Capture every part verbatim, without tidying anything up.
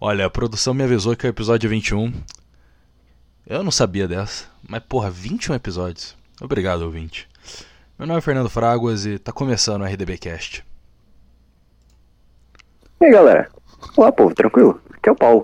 Olha, a produção me avisou que é o episódio vinte e um. Eu não sabia dessa, mas porra, vinte e um episódios. Obrigado, ouvinte. Meu nome é Fernando Fraguas e tá começando o R D B Cast. E aí, galera? Olá, povo, tranquilo? Aqui é o Paulo.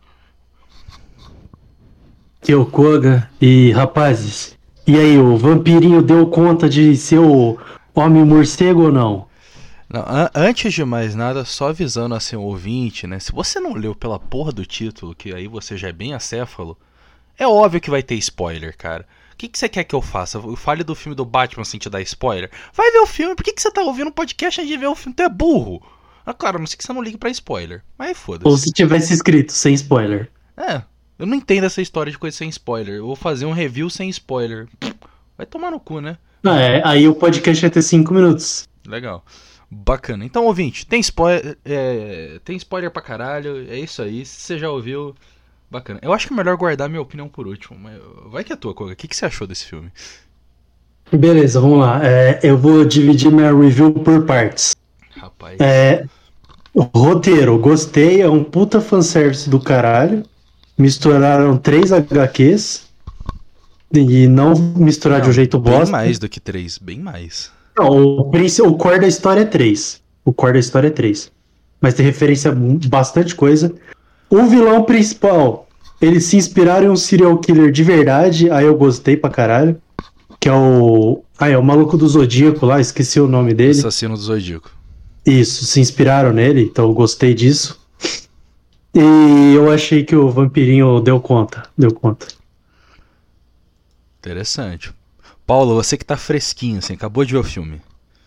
Aqui é o Koga. E, rapazes, e aí, o vampirinho deu conta de ser o homem morcego ou não? Não, an- antes de mais nada, só avisando assim o ouvinte, né? Se você não leu pela porra do título, que aí você já é bem acéfalo, é óbvio que vai ter spoiler, cara. O que, que você quer que eu faça? Eu fale do filme do Batman sem te dar spoiler? Vai ver o filme, por que, que você tá ouvindo um podcast antes de ver o filme? Tu é burro! Ah, claro, a não sei que você não ligue pra spoiler. Mas Ou foda-se. se tivesse escrito sem spoiler? É, eu não entendo essa história de coisa sem spoiler. Eu vou fazer um review sem spoiler. Vai tomar no cu, né? Ah, é, aí o podcast vai ter cinco minutos. Legal. Bacana. Então, ouvinte, tem spoiler, é, tem spoiler pra caralho, é isso aí. Se você já ouviu, bacana. Eu acho que é melhor guardar minha opinião por último, mas vai que é tua, Koga. O que, que você achou desse filme? Beleza, vamos lá. É, eu vou dividir minha review por partes. Rapaz. É, roteiro, gostei, é um puta fanservice do caralho. Misturaram três agá quês e não misturar Não, de um jeito bem bosta. mais do que três, bem mais. Não, o, princi- o core da história é três. O core da história é três. Mas tem referência a mu- bastante coisa. O vilão principal, eles se inspiraram em um serial killer de verdade, aí eu gostei pra caralho. Que é o. Ah, é o maluco do Zodíaco lá, esqueci o nome dele. Assassino do Zodíaco. Isso, se inspiraram nele, então eu gostei disso. E eu achei que o vampirinho deu conta. Deu conta. Interessante. Paulo, você que tá fresquinho, assim, acabou de ver o filme.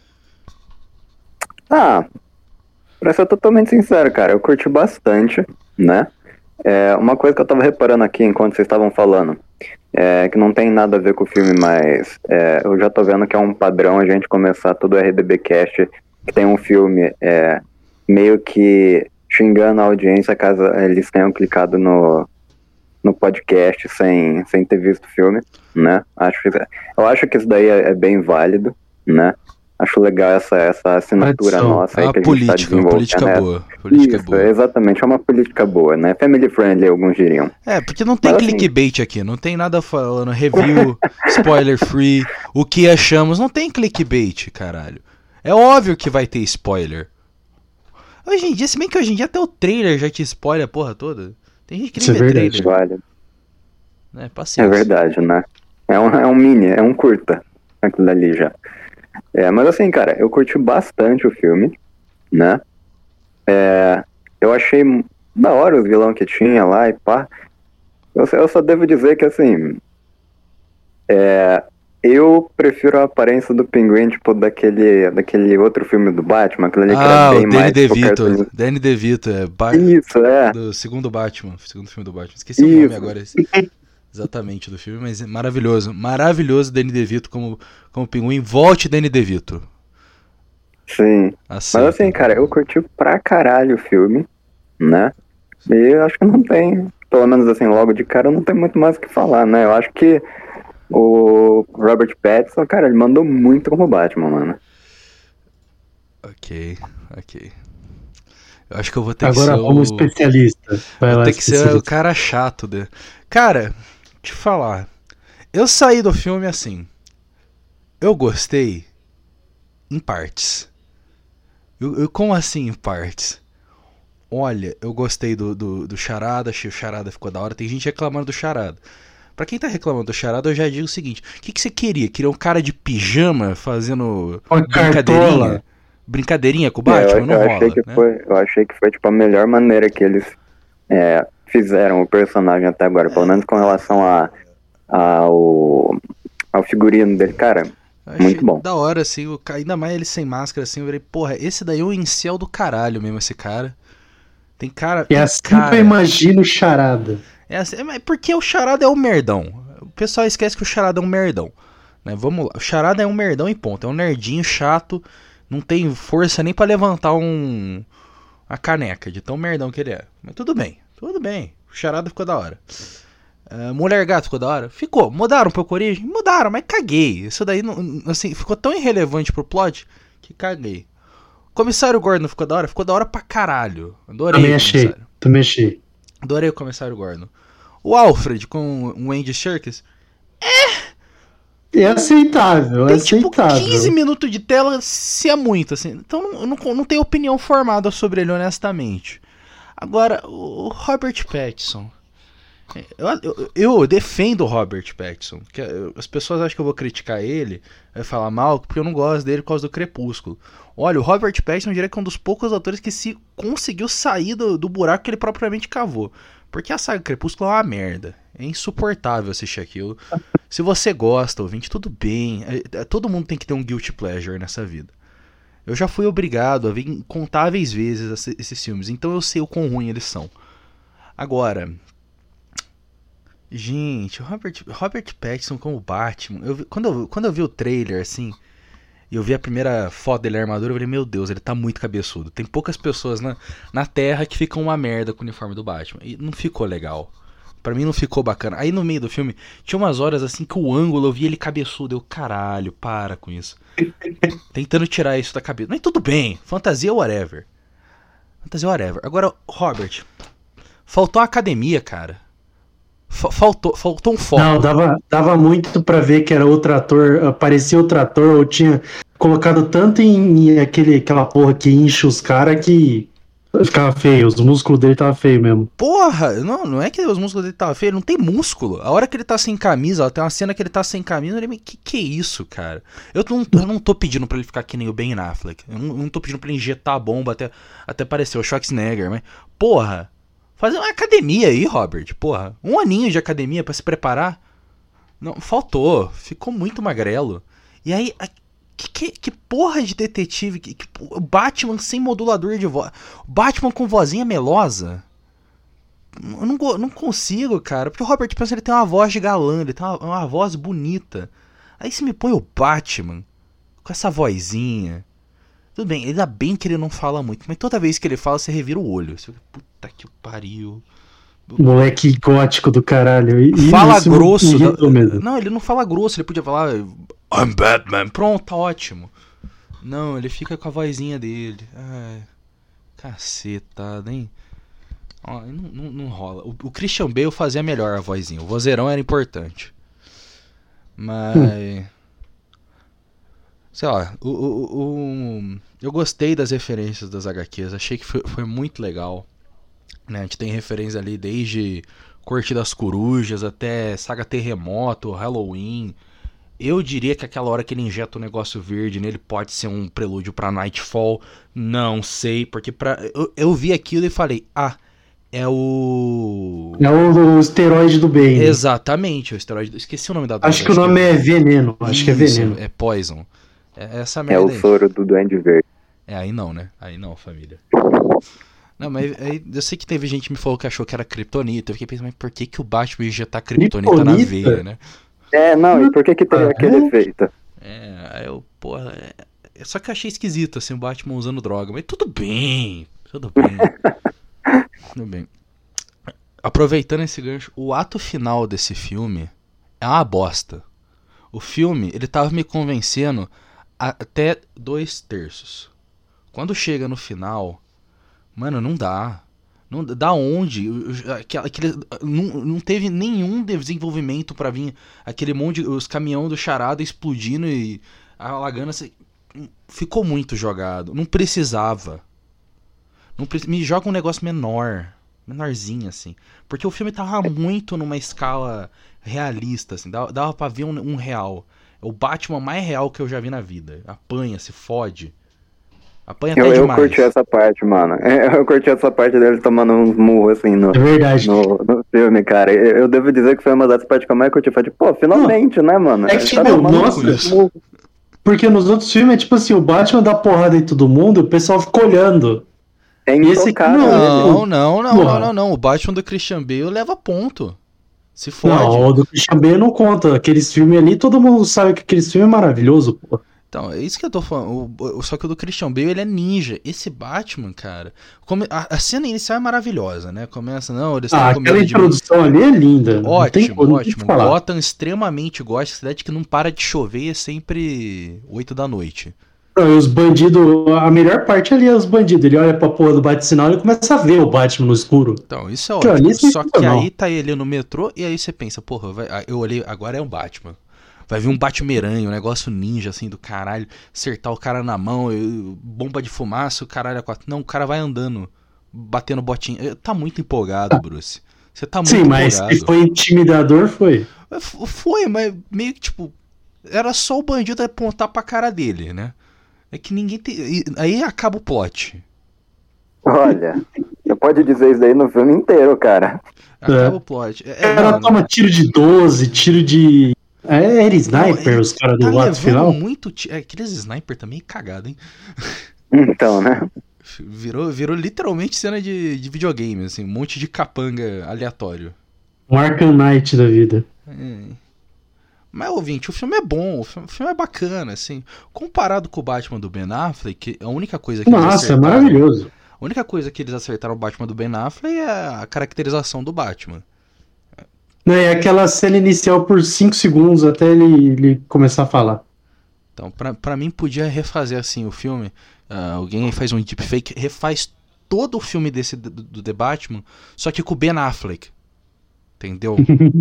Ah, pra ser totalmente sincero, cara, eu curti bastante, né? É, uma coisa que eu tava reparando aqui enquanto vocês estavam falando, é que não tem nada a ver com o filme, mas é, eu já tô vendo que é um padrão a gente começar todo o R D B Cast que tem um filme é, meio que xingando a audiência caso eles tenham clicado no, no podcast sem, sem ter visto o filme, né? Acho que, eu acho que isso daí é, é bem válido, né? Acho legal essa, essa assinatura Tradição. nossa aí É uma que a gente tá política, uma desenvolvendo, política né? boa. Política Isso, boa. exatamente, é uma política boa, né? Family friendly, alguns diriam. É, porque não tem Mas, assim- clickbait aqui, não tem nada falando review, spoiler free, o que achamos, não tem clickbait, caralho. É óbvio que vai ter spoiler. Hoje em dia, se bem que hoje em dia até o trailer já te spoiler a porra toda. Tem gente que nem Isso é vê verdade. trailer, Vale. né? É Paciência. verdade, né? É um, é um mini, é um curta, aquilo ali já. É, mas assim, cara, eu curti bastante o filme, né? É, eu achei da hora os vilão que tinha lá e pá. Eu, eu só devo dizer que, assim, é, eu prefiro a aparência do Pinguim, tipo, daquele, daquele outro filme do Batman, aquele ali que Ah, era o bem Danny mais... tipo, DeVito. cartunista. Danny DeVito, é ba- Isso, é. do segundo Batman, segundo filme do Batman. Esqueci o nome Isso. agora, exatamente, do filme, mas é maravilhoso. Maravilhoso Danny DeVito como, como pinguim. Volte, Danny DeVito. Sim. Aceita. Mas assim, cara, eu curti pra caralho o filme, né? E eu acho que não tem, pelo menos assim, logo de cara, não tem muito mais o que falar, né? Eu acho que o Robert Pattinson, cara, ele mandou muito como Batman, mano. Ok, ok. Eu acho que eu vou ter Agora que ser como o... especialista. Vai Vou lá, ter que ser o especialista. cara chato. De... Cara, te falar. Eu saí do filme assim. Eu gostei em partes. Eu, eu- como assim em partes? Olha, eu gostei do, do, do Charada, achei o Charada ficou da hora. Tem gente reclamando do Charada. Pra quem tá reclamando do Charada, eu já digo o seguinte: o que, que você queria? Queria um cara de pijama fazendo Uma brincadeirinha? cartola. Brincadeirinha com o É, Batman? eu, Não eu rola, achei que né? foi, eu achei que foi tipo a melhor maneira que eles é, fizeram o personagem até agora, pelo menos com relação a, ao, ao figurino dele, cara. Eu achei Muito bom. da hora, assim, o ca- ainda mais ele sem máscara, assim, eu falei, porra, esse daí é um incel do caralho mesmo, esse cara. Tem cara... É tem assim cara... que eu imagino o Charada. É assim, é, mas porque o Charada é um merdão. O pessoal esquece que o Charada é um merdão, né? Vamos lá, o Charada é um merdão e ponto, é um nerdinho chato, não tem força nem pra levantar um... a caneca, de tão merdão que ele é. Mas tudo bem, tudo bem, o Charada ficou da hora. Uh, Mulher Gato ficou da hora? Ficou. Mudaram um pouco a origem? Mudaram, mas caguei. Isso daí, não, assim, ficou tão irrelevante pro plot que caguei. Comissário Gordon ficou da hora? Ficou da hora pra caralho. Adorei Também o achei. comissário. Também achei. Adorei o Comissário Gordon. O Alfred com o Andy Serkis É aceitável, é tem aceitável. tipo quinze minutos de tela, se é muito, assim. Então não, não, não tenho opinião formada sobre ele, honestamente. Agora, o Robert Pattinson. Eu, eu, eu defendo o Robert Pattinson. Que as pessoas acham que eu vou criticar ele, vai falar mal, porque eu não gosto dele por causa do Crepúsculo. Olha, o Robert Pattinson eu diria que é um dos poucos atores que se conseguiu sair do, do buraco que ele propriamente cavou. Porque a saga Crepúsculo é uma merda. É insuportável assistir aquilo. Se você gosta, ouvinte, tudo bem. É, é, todo mundo tem que ter um guilty pleasure nessa vida. Eu já fui obrigado a ver incontáveis vezes esses filmes, então eu sei o quão ruim eles são. Agora, gente, o Robert, Robert Pattinson como Batman, eu vi, quando, eu, quando eu vi o trailer, assim, e eu vi a primeira foto dele na armadura, eu falei, meu Deus, ele tá muito cabeçudo. Tem poucas pessoas na, na Terra que ficam uma merda com o uniforme do Batman, e não ficou legal. Pra mim não ficou bacana. Aí no meio do filme, tinha umas horas assim que o ângulo eu vi ele cabeçudo. Eu, caralho, para com isso. Tentando tirar isso da cabeça. Mas tudo bem, fantasia whatever. Fantasia whatever. Agora, Robert, faltou a academia, cara. Faltou, faltou um foco. Não, dava, dava muito pra ver que era outro ator, parecia outro ator, ou tinha colocado tanto em, em aquele, aquela porra que enche os caras que ficava feio, os músculos dele tava feio mesmo. Porra, não, não é que os músculos dele tava feio, ele não tem músculo. A hora que ele tá sem camisa, ó, tem uma cena que ele tá sem camisa, ele me, que que é isso, cara? Eu não, eu não tô pedindo pra ele ficar que nem o Ben Affleck. Eu não, eu não tô pedindo pra ele injetar a bomba até, até parecer o Schwarzenegger, mas porra, fazer uma academia aí, Robert, porra. Um aninho de academia pra se preparar. Não, faltou, ficou muito magrelo. E aí, a, Que, que, que porra de detetive, que, que, Batman sem modulador de voz, Batman com vozinha melosa. Eu não, não consigo, cara, porque o Robert Pattinson ele tem uma voz de galã, ele tem uma, uma voz bonita. Aí você me põe o Batman com essa vozinha. Tudo bem, ainda bem que ele não fala muito, mas toda vez que ele fala você revira o olho. Você fica, puta que pariu. Moleque gótico do caralho. E fala grosso. Da... Não, ele não fala grosso, ele podia falar I'm Batman. Pronto, tá ótimo. Não, ele fica com a vozinha dele. Ai, cacetada, hein? Ó, não, não, não rola. O, o Christian Bale fazia melhor a vozinha. O vozeirão era importante. Mas... Hum. Sei lá, o, o, o, eu gostei das referências das agá quês. Achei que foi, foi muito legal. Né, a gente tem referência ali desde Corte das Corujas até Saga Terremoto, Halloween. Eu diria que aquela hora que ele injeta o negócio verde nele pode ser um prelúdio pra Nightfall. Não sei, porque pra... eu, eu vi aquilo e falei, ah, é o... É o, o esteroide do bem. Exatamente, o esteroide do... Esqueci o nome da droga. Acho que o nome que... é Veneno, acho Isso, que é Veneno. É Poison. É essa merda. É o soro do Duende Verde. É, aí não, né? Aí não, família. Não, mas aí, eu sei que teve gente que me falou que achou que era Kryptonita. Eu fiquei pensando, mas por que, que o Batman injetar Kryptonita na veia, né? É, não, e por que que teria aquele efeito? É, aí eu, porra... É... Só que eu achei esquisito, assim, o Batman usando droga. Mas tudo bem, tudo bem. Tudo bem. Aproveitando esse gancho, o ato final desse filme é uma bosta. O filme, ele tava me convencendo até dois terços. Quando chega no final... Mano, não dá. Não, da onde? Aquele, aquele, não, não teve nenhum desenvolvimento pra vir aquele monte de... Os caminhões do Charada explodindo e alagando. Assim, ficou muito jogado. Não precisava. Não, me joga um negócio menor. Menorzinho, assim. Porque o filme tava muito numa escala realista, assim. Dava, dava pra ver um, um real. É o Batman mais real que eu já vi na vida. Apanha, se fode. Apanha até eu, demais. Eu curti essa parte, mano. Eu curti essa parte dele tomando uns murros, assim, no, é verdade. No, no filme, cara. Eu, eu devo dizer que foi uma das partes que eu mais curti. Falei, pô, finalmente, não, né, mano? É que, tipo, tá nossa, porque nos outros filmes é tipo assim, o Batman dá porrada em todo mundo e o pessoal fica olhando. É intocável. Não, não, não, não, não, não. O Batman do Christian Bale leva ponto. Se fode. Não, o do Christian Bale não conta. Aqueles filmes ali, todo mundo sabe que aqueles filmes é maravilhoso, pô. Então, é isso que eu tô falando. O, o, só que o do Christian Bale, ele é ninja. Esse Batman, cara... Come, a, a cena inicial é maravilhosa, né? Começa, não, eles ah, aquela introdução de... ali é linda. Ótimo, tem, ótimo. Gotham extremamente gótica. Cidade que não para de chover e é sempre oito da noite. Não, e os bandidos, a melhor parte ali é os bandidos. Ele olha pra porra do bate-sinal e começa a ver o Batman no escuro. Então, isso é Que ótimo. ali é Só que sensacional. aí tá ele no metrô e aí você pensa, porra, vai- ah, eu olhei, agora é um Batman. Vai vir um Batmeranha, um negócio ninja assim do caralho, acertar o cara na mão, eu- bomba de fumaça, o caralho a quatro. Não, o cara vai andando, batendo botinha. Eh, Tá muito empolgado, Bruce. Você tá muito Sim, mas empolgado. se foi intimidador, foi. F- Foi, mas meio que tipo. Era só o bandido apontar pra cara dele, né? É que ninguém tem. e- Aí acaba o plot. Olha, você pode dizer isso aí no filme inteiro, cara. Acaba É. o plot. É, O cara não, toma tiro de doze, tiro de. É, era sniper, não, os caras tá do ato levando final. muito. ti- é, Aqueles sniper também cagado, hein? Então, né? Virou, virou literalmente cena de, de videogame, assim, um monte de capanga aleatório. Um Arkham Knight da vida. É. Mas, ouvinte, o filme é bom, o filme, o filme é bacana, assim. Comparado com o Batman do Ben Affleck, a única coisa que eles Nossa, é acertaram... maravilhoso. A única coisa que eles acertaram o Batman do Ben Affleck é a caracterização do Batman. Não, é aquela cena inicial por cinco segundos até ele, ele começar a falar. Então, pra, pra mim, podia refazer assim o filme. Ah, alguém faz um deepfake, refaz todo o filme desse do, do The Batman, só que com o Ben Affleck. Entendeu?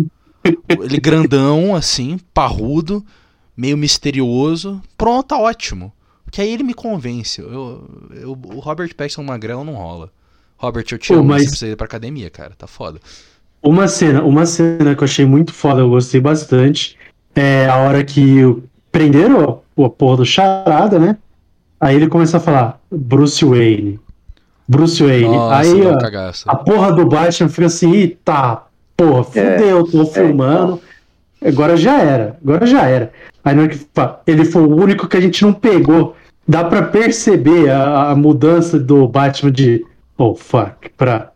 Ele grandão, assim, parrudo, meio misterioso. Pronto, tá ótimo. Porque aí ele me convence. Eu, eu, o Robert Pattinson magrão não rola. Robert, eu te Pô, amo, mas mas- você precisa ir pra academia, cara. Tá foda. Uma cena, uma cena que eu achei muito foda, eu gostei bastante, é a hora que o- prenderam a, a porra do charada, né? Aí ele começa a falar, Bruce Wayne. Bruce Wayne. Nossa, Aí dá um ó, cagaço. a porra do Batman fica assim, eita, porra, fudeu, tô filmando. Agora já era, agora já era. Aí na hora que fala, ele foi o único que a gente não pegou. Dá pra perceber a, a mudança do Batman de oh fuck, pra.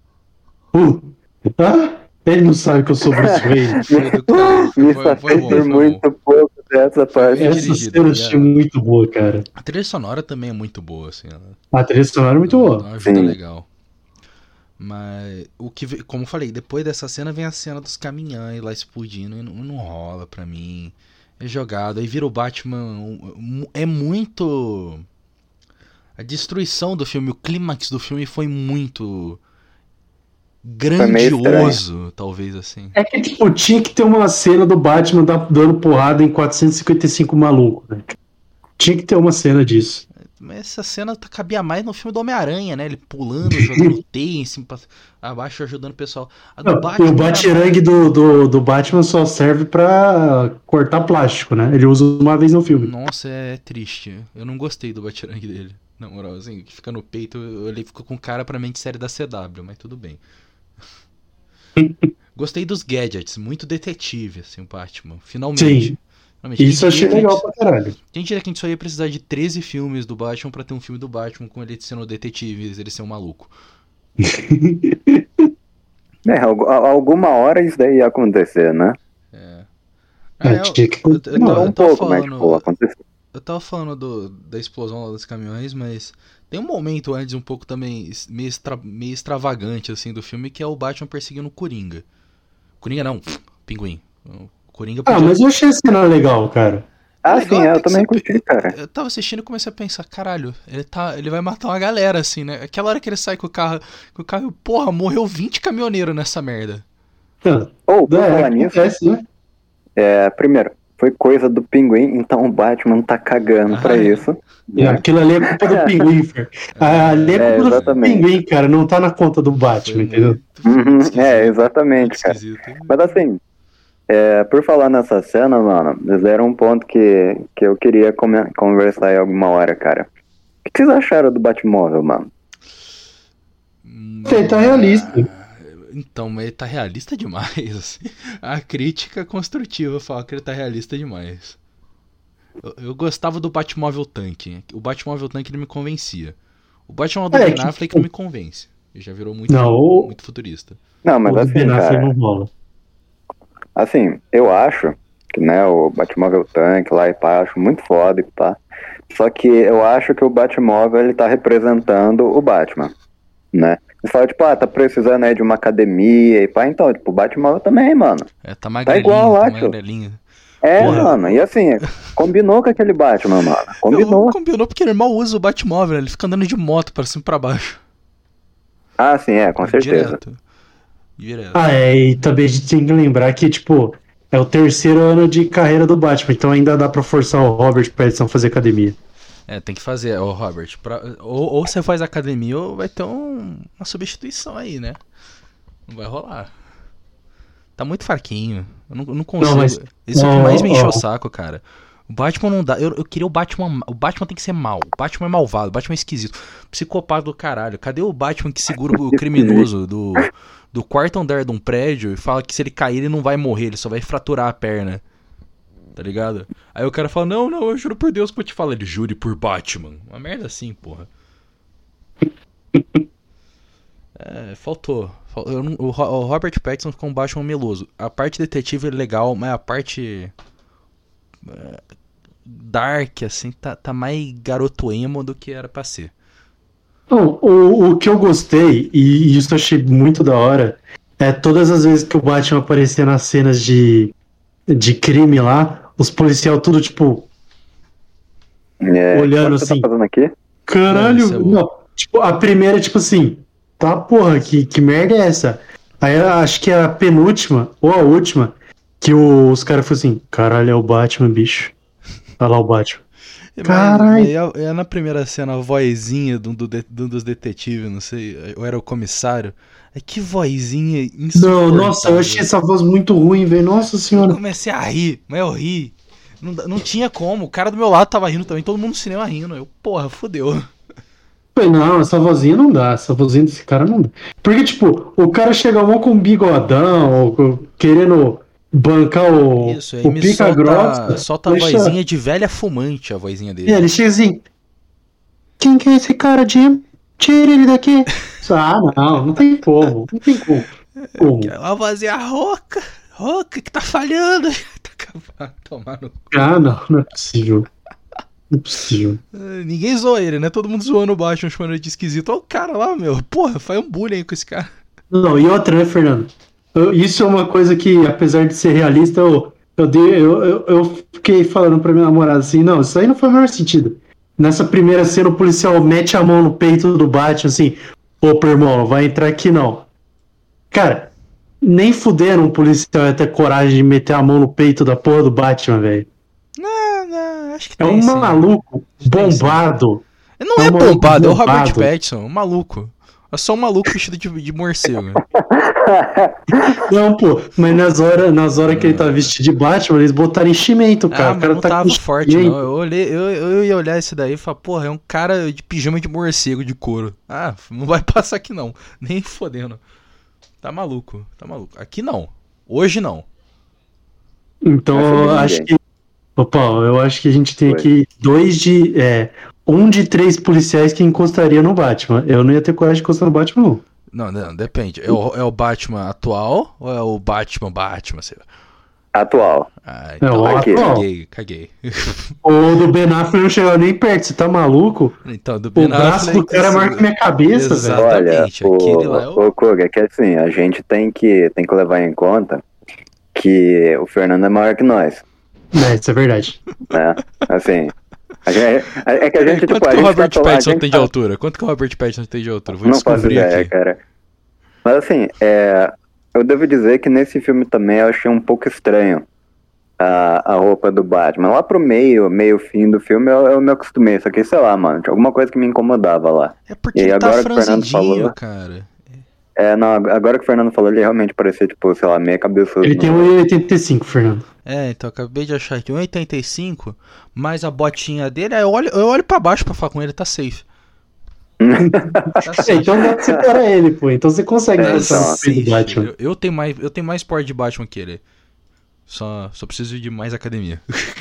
Uh, ah, ele não sabe que eu sou Bruce Wayne. Foi do caralho. Me Foi, foi bom, satisfez foi muito bom. pouco dessa parte. bem Essa dirigido, cena eu e achei a- muito boa, cara. A trilha sonora também é muito boa, assim. Ela A trilha sonora é muito dá boa. uma ajuda Sim. legal. Mas, o que, ve- como eu falei, depois dessa cena vem a cena dos caminhões lá explodindo e não, não rola pra mim. É jogado. Aí vira o Batman. um- um- É muito. A destruição do filme, o clímax do filme foi muito. Grandioso, talvez assim. É que, tipo, tinha que ter uma cena do Batman da- dando porrada em quatrocentos e cinquenta e cinco malucos, né? Tinha que ter uma cena disso. Mas essa cena tá- cabia mais no filme do Homem-Aranha, né? Ele pulando, jogando teia em cima, pra- abaixo, ajudando o pessoal. A do Não, Batman e o era batirangue do, do, do Batman só serve pra cortar plástico, né? Ele usa uma vez no filme. Nossa, é triste. Eu não gostei do batirangue dele. Na moral, assim, que fica no peito, eu- ele ficou com cara pra mente série da C W, mas tudo bem. Gostei dos gadgets, muito detetive, assim, o Batman. Finalmente. Sim. Finalmente. Isso Quem eu achei diria que a legal gente- pra caralho. Quem diria que a gente só ia precisar de treze filmes do Batman pra ter um filme do Batman com ele sendo detetive e ele ser um maluco. É, algu- a- alguma hora isso daí ia acontecer, né? É. É, eu, tinha que- eu, eu, Não, tava- um eu tava pouco, mas tipo, falando, aconteceu. eu tava falando do, da explosão lá dos caminhões, mas tem um momento antes um pouco também es- meio, extra- meio extravagante assim do filme, que é o Batman perseguindo o Coringa. Coringa não, Pinguim. O Coringa Ah, podia... mas eu achei a cena legal, cara. Ah, Legal sim, até eu que também você- curti, cara. Eu tava assistindo e comecei a pensar, caralho, ele, tá, ele vai matar uma galera, assim, né? Aquela hora que ele sai com o carro, com o carro, porra, morreu vinte caminhoneiros nessa merda. Ou, por É, falar nisso, acontece, né? é, primeiro, foi coisa do Pinguim, então o Batman tá cagando Ah, pra é. isso. E aquilo ali é culpa do pinguim, Fer. Ali é É, culpa do exatamente. pinguim, cara. Não tá na conta do Batman, Foi entendeu? muito Uhum, esquisito, é, muito exatamente, cara. esquisito. Mas assim, é, por falar nessa cena, mano, eles deram um ponto que, que eu queria come- conversar aí alguma hora, cara. O que vocês acharam do Batmóvel, mano? Hum, Ele tá realista. Então, mas ele tá realista demais. assim. A crítica construtiva fala que ele tá realista demais. Eu, eu gostava do Batmóvel tanque. O Batmóvel tanque ele me convencia. O Batmóvel do É, Ben que- Affleck não me convence. Ele já virou muito, Não, o- muito futurista. Não, mas O do assim, Ben Affleck cara, não rola. assim, eu acho que, né, o Batmóvel tanque lá e pá, acho muito foda e pá. Só que eu acho que o Batmóvel, ele tá representando o Batman, né? Você fala, tipo, ah, tá precisando aí de uma academia e pá, então, tipo, o Batmóvel também, mano. É, tá magrelinho, igual lá, tá tio. magrelinho. É, Porra. mano, e assim, combinou com aquele Batman, mano. Combinou. Não, combinou porque ele mal usa o Batmóvel, né? Ele fica andando de moto pra cima e pra baixo. Ah, sim, é, com certeza. Direto. Direto. Ah, é, e também a gente tem que lembrar que, tipo, é o terceiro ano de carreira do Batman, então ainda dá pra forçar o Robert Pattinson a fazer academia. É, tem que fazer, ô Robert. Pra, ou, ou você faz academia ou vai ter um, uma substituição aí, né? Não vai rolar. Tá muito fraquinho. Eu não, eu não consigo. Não, mas- Isso é o que ó, mais me encheu ó. o saco, cara. O Batman não dá. Eu, eu queria o Batman. O Batman tem que ser mal. O Batman é malvado. O Batman é esquisito. Psicopata do caralho. Cadê o Batman que segura o criminoso do, do quarto andar de um prédio e fala que se ele cair ele não vai morrer, ele só vai fraturar a perna? Tá ligado? Aí o cara fala: Não, não, eu juro por Deus que eu te falo. Ele jure por Batman. Uma merda assim, porra. É, faltou. Fal- eu não- o, Ro- o Robert Pattinson ficou um Batman meloso. A parte detetive é legal, mas a parte é, dark, assim, tá, tá mais garoto emo do que era pra ser. Não, o, o que eu gostei, e isso eu achei muito da hora, é todas as vezes que o Batman aparecia nas cenas de, de crime lá, os policiais tudo, tipo, É, Olhando o que você assim. tá fazendo aqui? caralho, Isso é bom. não. Tipo, a primeira, tipo assim, tá porra, que, que merda é essa? Aí eu acho que é a penúltima, ou a última, que o- os caras falaram assim, caralho, é o Batman, bicho. Olha lá o Batman. Mas- Caralho. mas É, é na primeira cena a vozinha de um do de- de um dos detetives, não sei, ou era o comissário. É que vozinha Não, insuportável. nossa, eu achei essa voz muito ruim, velho. Nossa Eu senhora. comecei a rir, mas eu ri. Não, dá- não tinha como. O cara do meu lado tava rindo também, todo mundo no cinema rindo. Eu, porra, fodeu. Falei, não, essa vozinha não dá, essa vozinha desse cara não dá. Porque, tipo, o cara chega mó com um bigodão, ou com- querendo bancar o, Isso, aí o me pica solta, grossa. solta a deixa- vozinha de velha fumante, a vozinha dele. E ele chega assim, quem que é esse cara, Jim? Tira ele daqui. Ah, não, não tem como, não tem como. Como? Uma vozinha rouca, rouca, que tá falhando. Tá tomar no... Ah, não, não é possível. Não é possível. Ah, ninguém zoa ele, né? Todo mundo zoando o Batman, chamando ele de esquisito. Olha o cara lá, meu. Porra, faz um bullying aí com esse cara. Não, e outra, né, Fernando? Eu- isso é uma coisa que, apesar de ser realista, eu, eu, dei, eu, eu, eu fiquei falando pra minha namorada assim, não, isso aí não faz o menor sentido. Nessa primeira cena, o policial mete a mão no peito do Batman, assim, opa, irmão, vai entrar aqui não. Cara, nem fuderam um policial ia ter coragem de meter a mão no peito da porra do Batman, velho. Não, não, acho que É tem um sim. maluco Tem sim. bombado. Não É é um maluco bombado, é o Robert bombado. Pattinson, um maluco. É só um maluco vestido de, de morcego. Não, pô, mas nas horas nas hora que ele tá vestido de Batman, eles botaram enchimento, cara. Ah, O mas cara não tá tava com forte, enchimento. não. Eu, olhei, eu, eu ia olhar esse daí e falar, porra, é um cara de pijama de morcego de couro. Ah, não vai passar aqui não. Nem fodendo. Tá maluco, tá maluco. Aqui não. Hoje não. Então, Essa eu de acho ninguém. que. Opa, eu acho que a gente tem Foi. aqui dois de. É, um de três policiais que encostaria no Batman. Eu não ia ter coragem de encostar no Batman, não. Não, não, depende. É o, é o Batman atual ou é o Batman Batman? Sei lá. Atual. Ah, É então o atual. caguei, caguei. O do Ben Affleck não chegou nem perto, você tá maluco? Então, do O Ben braço Affleck, do cara isso- marca minha cabeça, Exato. velho. Olha, Exatamente, aquele lá é o- o, o Koga, é que assim, a gente tem que, tem que levar em conta que o Fernando é maior que nós, É, isso é verdade. né? Assim, a gente, é que a gente, Quanto tipo, a que o gente Robert tá, a Pattinson gente tem de tá- altura? Quanto que o Robert Pattinson tem de altura? Vou Não faço descobrir ideia, aqui. cara. Mas assim, é, eu devo dizer que nesse filme também eu achei um pouco estranho a, a roupa do Batman. Lá pro meio, meio fim do filme eu, eu me acostumei, só que sei lá, mano, tinha alguma coisa que me incomodava lá. É porque E ele tá agora que o Fernando franzidinho, falou- cara. É, não, agora que o Fernando falou, ele realmente parecia, tipo, sei lá, meio cabeçudo. Ele tem no- um e oitenta e cinco, Fernando. É, então acabei de achar aqui um e oitenta e cinco, mais a botinha dele, aí eu olho, eu olho pra baixo pra falar com ele, tá safe. Tá É, safe. então dá pra separar ele, pô. Então você consegue É, encostar então, no peito do Batman. Eu, eu tenho mais, eu tenho mais porte de Batman que ele. Só, só preciso de mais academia.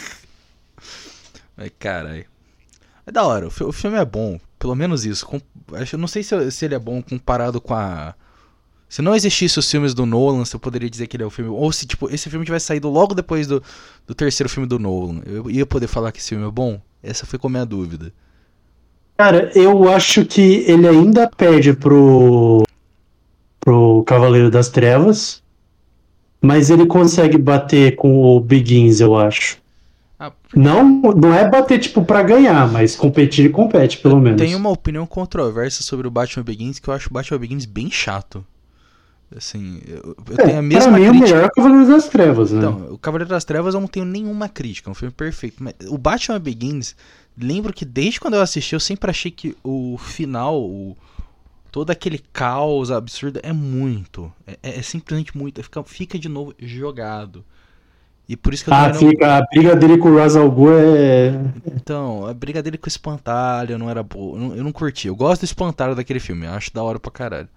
Ai, caralho. É da hora, o, fi- o filme é bom, pelo menos isso. Com, acho, eu não sei se, se ele é bom comparado com a. Se não existisse os filmes do Nolan, se eu poderia dizer que ele é o filme. Ou se, tipo, esse filme tivesse saído logo depois do, do terceiro filme do Nolan, eu ia poder falar que esse filme é bom? Essa foi com a minha dúvida. Cara, eu acho que ele ainda perde pro. pro Cavaleiro das Trevas. mas ele consegue bater com o Begins, eu acho. Ah, porque Não, não é bater, tipo, pra ganhar, mas competir e compete, pelo menos. tem uma opinião controversa sobre o Batman Begins, que eu acho o Batman Begins bem chato. Assim, eu, eu tenho a É, mesma pra mim, o crítica. melhor é o Cavaleiro das Trevas, né? Então, o Cavaleiro das Trevas eu não tenho nenhuma crítica, é um filme perfeito. Mas o Batman Begins, lembro que desde quando eu assisti, eu sempre achei que o final, o, todo aquele caos absurdo é muito. É, é simplesmente muito. Fica, fica de novo jogado. E por isso que eu Ah, também não. fica, a briga dele com o Ra's al Ghul é... Então, a briga dele com o Espantalho não era boa. Eu não, eu não curti. Eu gosto do Espantalho daquele filme, eu acho da hora pra caralho.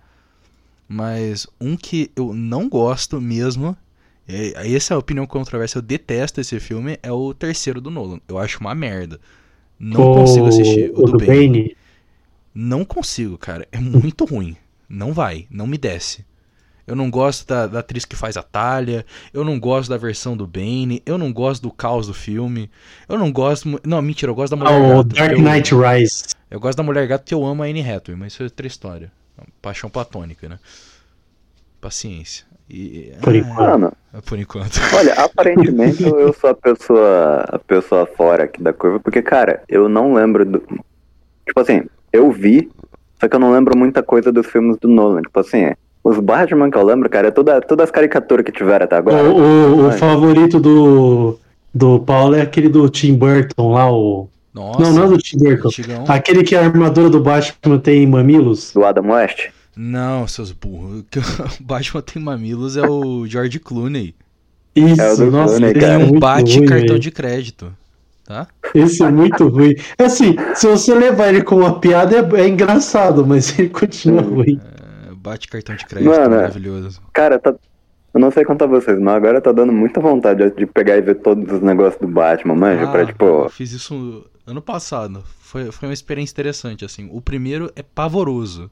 Mas um que eu não gosto mesmo, é, essa é a opinião controversa, eu detesto esse filme, é o terceiro do Nolan. Eu acho uma merda. Não o, consigo assistir. O, o do, do Bane. Bane. Não consigo, cara. É muito ruim. Não vai, não me desce. Eu não gosto da, da atriz que faz a Talia. Eu não gosto da versão do Bane. Eu não gosto do caos do filme. Eu não gosto. mu- Não, mentira, eu gosto da Mulher Ah, o Gato. Dark eu, Knight Rise. eu gosto da Mulher Gato porque eu amo a Anne Hathaway, mas isso é outra história. Paixão platônica, né? Paciência. E, Por ah, enquanto. Mano, é, por enquanto. olha, aparentemente eu eu sou a pessoa, a pessoa fora aqui da curva, porque, cara, eu não lembro do... Tipo assim, eu vi, só que eu não lembro muita coisa dos filmes do Nolan. Tipo assim, os Batman que eu lembro, cara, é toda, todas as caricaturas que tiveram até agora. O, o, o Mas- favorito do, do Paulo é aquele do Tim Burton lá, o... Nossa. Não, não é do Tim Burton. Antigão. Aquele que a armadura do Batman tem mamilos. Do Adam West. Não, seus burros. O Batman tem mamilos é o George Clooney. Isso, É o do nossa, Clooney, esse cara. é Tem um muito bate ruim, cartão velho. de crédito. Tá? Esse é muito ruim. Assim, se você levar ele com uma piada, é, é engraçado, mas ele continua Hum. ruim. É, bate cartão de crédito, Mano, maravilhoso. Cara, tá... eu não sei contar vocês, mas agora tá dando muita vontade de pegar e ver todos os negócios do Batman, manja, Ah, pra eu tipo... fiz isso ano passado. Foi, foi uma experiência interessante, assim. O primeiro é pavoroso.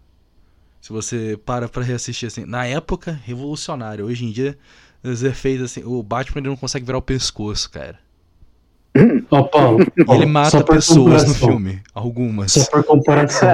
Se você para pra reassistir, assim. Na época, revolucionário. Hoje em dia, os efeitos, assim... O Batman ele não consegue virar o pescoço, cara. Ó, Paulo, E ó, ele mata só por pessoas no comparação. filme. Algumas. Só por comparação.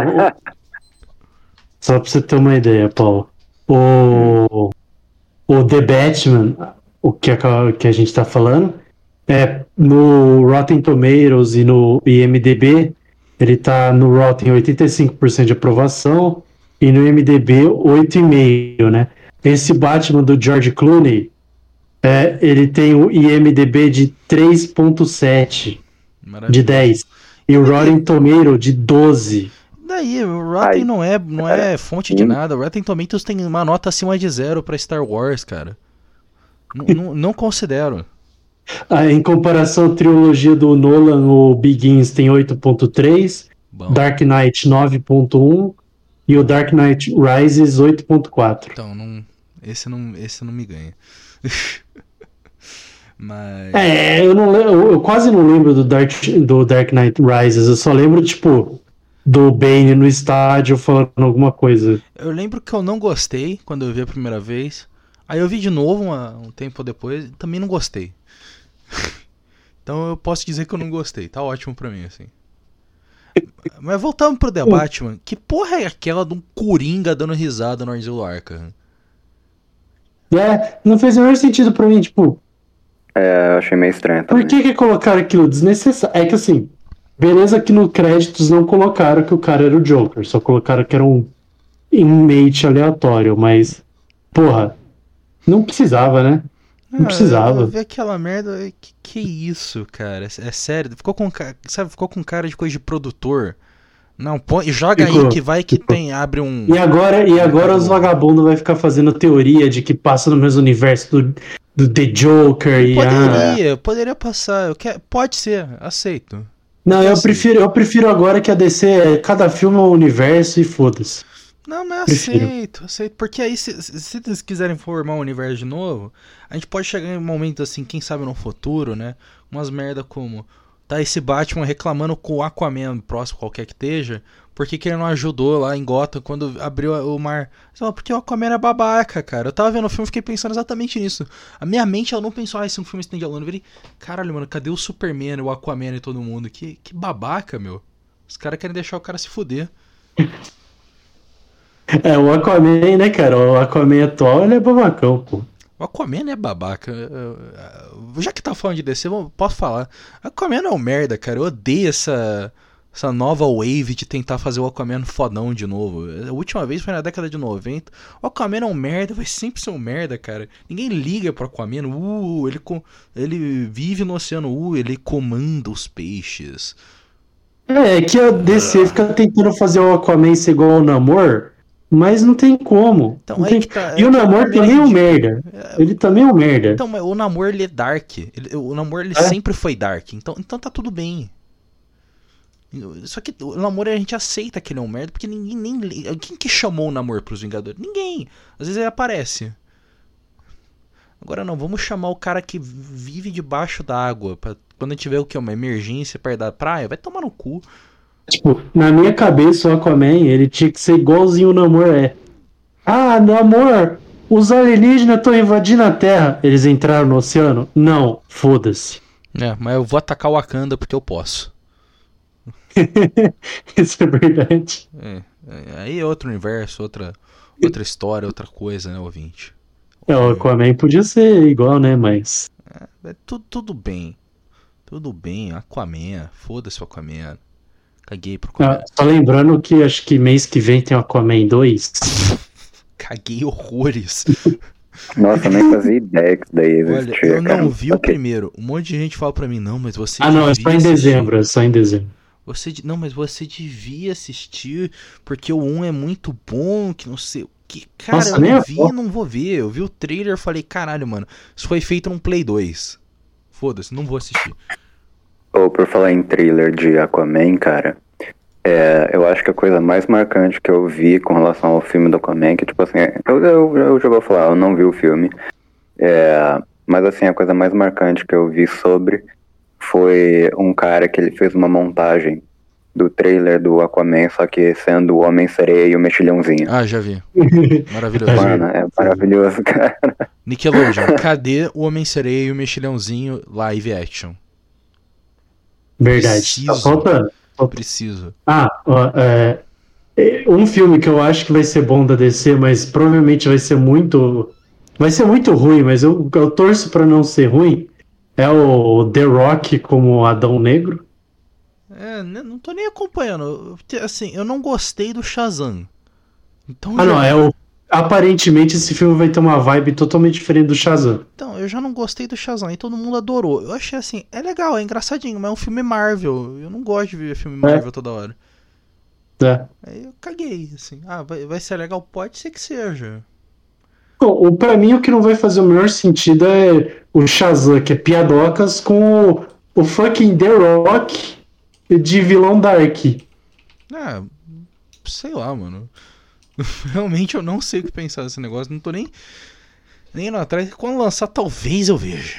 Só pra você ter uma ideia, Paulo. O, o The Batman, o que a, que a gente tá falando, é no Rotten Tomatoes e no I M D B, ele tá no Rotten oitenta e cinco por cento de aprovação e no I M D B oito vírgula cinco por cento, né? Esse Batman do George Clooney, é, ele tem o I M D B de três vírgula sete de Maravilhoso. dez e o Rotten Tomatoes de doze. Daí, o Rotten Ai, não é, não é fonte de hum. nada. O Rotten Tomatoes tem uma nota acima de zero pra Star Wars, cara. N- n- não considero. Ah, em comparação à trilogia do Nolan, o Begins tem oito ponto três, Bom, Dark Knight nove ponto um e o Dark Knight Rises oito ponto quatro. então, não, esse, não, esse não me ganha. Mas... É, eu, não, le- eu, eu quase não lembro do Dark, do Dark Knight Rises, eu só lembro, tipo, do Bane no estádio falando alguma coisa. Eu lembro que eu não gostei quando eu vi a primeira vez. Aí eu vi de novo uma- um tempo depois e também não gostei. Então eu posso dizer que eu não gostei. Tá ótimo pra mim, assim. Mas voltando pro The Batman, que porra é aquela de um Coringa dando risada no Arzil Arca? É, não fez o menor sentido pra mim, tipo, É, eu achei meio estranho por também. que que colocaram aquilo desnecessário? É que assim, beleza que no créditos não colocaram que o cara era o Joker, só colocaram que era um inmate aleatório, mas, porra, não precisava, né? Não Ah, precisava. Eu vi aquela merda, que, que isso, cara? É, é sério, ficou com, ca- sabe, ficou com cara de coisa de produtor. Não, põe, joga Ficou, aí que vai que ficou. tem, abre um... E agora, e agora Tá os bom. vagabundos vai ficar fazendo teoria de que passa no mesmo universo do, do The Joker e ah, Poderia, poderia passar, eu quero, pode ser, aceito. não, eu aceito. prefiro, eu prefiro agora que a D C é cada filme é um universo e foda-se. Não, mas Prefiro. aceito, aceito. Porque aí, se, se se eles quiserem formar um universo de novo, a gente pode chegar em um momento assim, quem sabe no futuro, né? Umas merda como. Tá esse Batman reclamando com o Aquaman próximo, qualquer que esteja, por que que ele não ajudou lá em Gotham quando abriu o mar? Você fala, porque o Aquaman é babaca, cara. Eu tava vendo o filme e fiquei pensando exatamente nisso. A minha mente, ela não pensou, ah, esse é um filme standalone. Eu falei, caralho, mano, cadê o Superman, o Aquaman e todo mundo? Que, que babaca, meu. Os caras querem deixar o cara se fuder. É, o Aquaman, né, cara? O Aquaman atual, ele é babacão, pô. O Aquaman é babaca. Já que tá falando de D C, eu posso falar. O Aquaman é um merda, cara. Eu odeio essa, essa nova wave de tentar fazer o Aquaman fodão de novo. A última vez foi na década de noventa. O Aquaman é um merda, vai sempre ser um merda, cara. Ninguém liga pro Aquaman. Uh, ele, ele vive no oceano. Uh, ele comanda os peixes. É, é que a D C fica tentando fazer o Aquaman ser igual ao Namor. Mas não tem como. Então, não aí tem... que tá, e é o que Namor também é um merda. É... Ele também é um merda. Então, mas o Namor ele é dark. Ele, o Namor ele é? sempre foi dark. Então, então tá tudo bem. Só que o Namor a gente aceita que ele é um merda porque ninguém nem. Quem que chamou o Namor pros Vingadores? Ninguém. Às vezes ele aparece. Agora não, vamos chamar o cara que vive debaixo da água. Pra quando tiver o que? Uma emergência perto da praia? Vai tomar no cu. Tipo, na minha cabeça, o Aquaman, ele tinha que ser igualzinho o Namor é. Ah, Namor, os alienígenas estão invadindo a Terra. Eles entraram no oceano? Não, foda-se. É, mas eu vou atacar o Wakanda porque eu posso. Isso é verdade. É, é, aí é outro universo, outra, outra história, outra coisa, né, ouvinte? É, o Aquaman podia ser igual, né, mas... É, é tudo, tudo bem. Tudo bem, Aquaman, foda-se o Aquaman. Caguei pro Aquaman. Ah, só lembrando que acho que mês que vem tem o Aquaman dois. Caguei horrores. Nossa, eu nem fazia ideia que isso daí existia. Olha, eu não cara. vi o Ok. primeiro. Um monte de gente fala pra mim, não, mas você Ah, não, é devia só em assistir. dezembro, é só em dezembro. Você, de- não, mas você devia assistir, porque o um é muito bom, que não sei o que. Cara, Nossa, eu nem não a vi, foto. não vou ver. Eu vi o trailer e falei, caralho, mano, isso foi feito num Play dois. Foda-se, não vou assistir. Ou por falar em trailer de Aquaman, cara, é, eu acho que a coisa mais marcante que eu vi com relação ao filme do Aquaman, que tipo assim, eu, eu, eu já vou falar, eu não vi o filme, é, mas assim, a coisa mais marcante que eu vi sobre foi um cara que ele fez uma montagem do trailer do Aquaman, só que sendo o Homem-Sereia e o Mexilhãozinho. Ah, já vi. Maravilhoso. Mano, é maravilhoso, cara. Nickelodeon, cadê o Homem-Sereia e o Mexilhãozinho live action? Verdade. Preciso. Só falta... Preciso. Ah, ó, é, é, um filme que eu acho que vai ser bom da D C, mas provavelmente vai ser muito... Vai ser muito ruim, mas eu, eu torço pra não ser ruim. É o The Rock como Adão Negro. É, né, não tô nem acompanhando. Eu- Assim, eu não gostei do Shazam. Então, Ah, já, não, é o... Aparentemente esse filme vai ter uma vibe totalmente diferente do Shazam. então, eu já não gostei do Shazam e todo mundo adorou. Eu achei assim, é legal, é engraçadinho, mas é um filme Marvel. Eu não gosto de ver filme Marvel toda hora. Tá? Aí eu caguei, assim. Ah, vai, vai ser legal? Pode ser que seja. Bom, o, pra mim o que não vai fazer o menor sentido é o Shazam, que é piadocas, com o, o fucking The Rock de vilão Dark. Ah, sei lá, mano. Realmente eu não sei o que pensar desse negócio. Não tô nem, nem indo atrás. Quando lançar, talvez eu veja.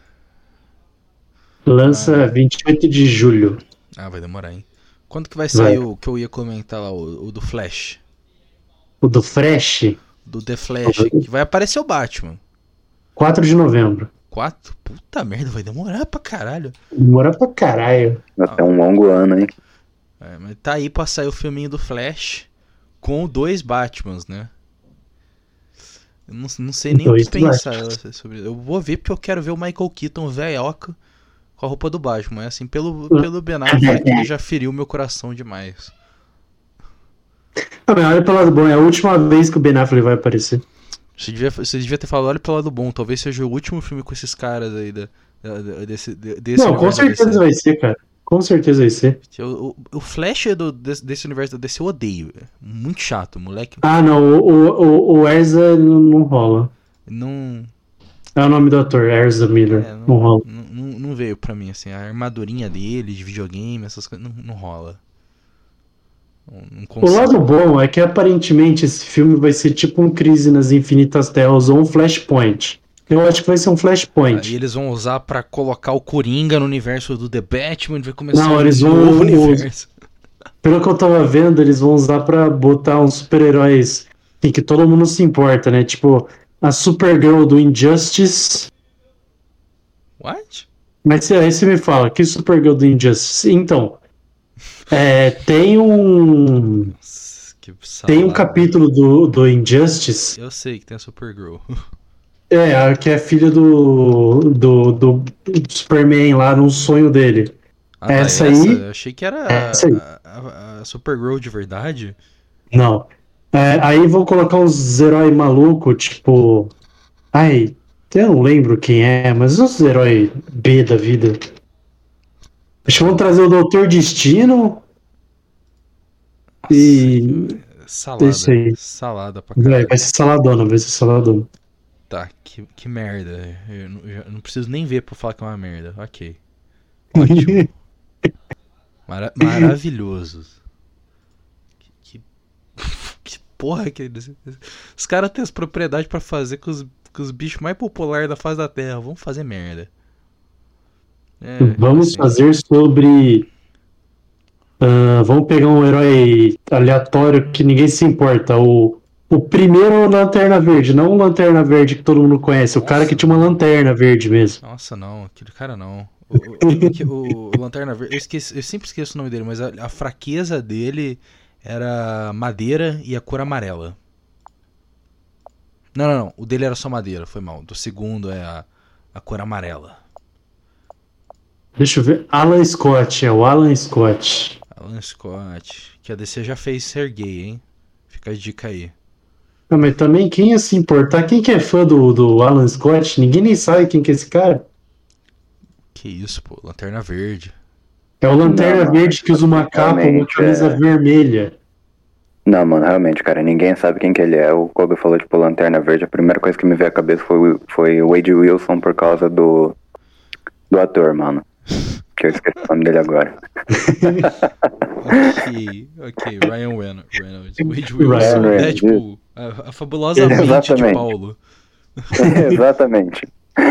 Lança vinte e oito de julho. Ah, vai demorar, hein? Quando que vai sair Vai. o que eu ia comentar lá, o, o do Flash? O do Fresh, Do The Flash, que vai aparecer o Batman. quatro de novembro. Quatro? Puta merda, vai demorar pra caralho. Demora pra caralho. Até um longo ano, hein? É, mas tá aí pra sair o filminho do Flash com dois Batmans, né? Eu não, não sei nem Dois o que pensar sobre isso. Eu vou ver porque eu quero ver o Michael Keaton velhoca com a roupa do Batman. É assim, pelo, pelo Ben Affleck, ele já feriu meu coração demais. Ah, mas olha pelo lado bom, é a última vez que o Ben Affleck vai aparecer. Você devia, você devia ter falado, olha pelo lado bom. Talvez seja o último filme com esses caras aí da, da- da- desse, de- desse Não, com universo da D C. certeza vai ser, cara. Com certeza vai ser. O, o, o Flash do, desse, desse universo da D C eu odeio. É muito chato, moleque. Ah, não, o, o, o, o Erza não, não rola. Não, É o nome do ator, Erza Miller. é, não, não, rola. não, não- não veio pra mim, assim. A armadurinha dele, de videogame, essas coisas, não, não rola. Não, não O consigo. lado bom é que aparentemente esse filme vai ser tipo um Crise nas Infinitas Terras ou um Flashpoint. Eu acho que vai ser um Flashpoint. Aí eles vão usar pra colocar o Coringa no universo do The Batman e vai começar Não, um eles vão- novo o- universo. Pelo que eu tava vendo, eles vão usar pra botar uns super-heróis assim, que todo mundo se importa, né? Tipo, a Supergirl do Injustice. What? Mas aí você me fala, que Supergirl do Injustice? Então, é, tem um Nossa, que tem um salada. capítulo do, do Injustice. Eu sei que tem a Supergirl. É, a que é filha do, do, do, do Superman lá no sonho dele. Ah, tá, essa, essa? aí. Eu achei que era Essa aí. a, a, a Supergirl de verdade. Não. É, aí vou colocar uns heróis malucos, tipo. Ai, eu não lembro quem é, mas uns heróis B da vida. Acho que vão trazer o Doutor Destino. Nossa, E. salada. Esse aí. Salada pra Vai, caralho. vai ser saladona, vai ser saladona. Tá, que, que merda. Eu não, eu não preciso nem ver pra falar que é uma merda. Ok. Ótimo. Mara- maravilhoso. Que, que, que porra que eles. Os caras têm as propriedades pra fazer com os, com os bichos mais populares da face da Terra. Vamos fazer merda. É, Vamos assim, fazer sobre. ah, vamos pegar um herói aleatório que ninguém se importa. O, o primeiro Lanterna Verde, não o Lanterna Verde que todo mundo conhece. O cara que Nossa. tinha uma lanterna verde mesmo. Nossa, não, aquele cara não. O, o, o, o Lanterna Verde, eu, esqueci, eu sempre esqueço o nome dele, mas a, a fraqueza dele era madeira e a cor amarela. Não, não, não. O dele era só madeira, foi mal. Do segundo é a, a cor amarela. Deixa eu ver. Alan Scott, é o Alan Scott. Alan Scott, que a D C já fez ser gay, hein? Fica a dica aí. Não, mas também quem ia se importar? Quem que é fã do, do Alan Scott? Ninguém nem sabe quem que é esse cara. Que isso, pô, Lanterna Verde. É o Lanterna Não, Verde que usa uma capa, uma realmente, camisa é. vermelha. Não, mano, realmente, cara, ninguém sabe quem que ele é. O Kobe falou, tipo, Lanterna Verde. A primeira coisa que me veio à cabeça foi, o- foi o Wade Wilson por causa do, do ator, mano. Que eu esqueci o nome dele agora. Ok, ok, Ryan Reynolds, Reynolds Wade Wilson, Ryan Reynolds, Deadpool, a, a fabulosa mente de Exatamente. Paulo. Exatamente.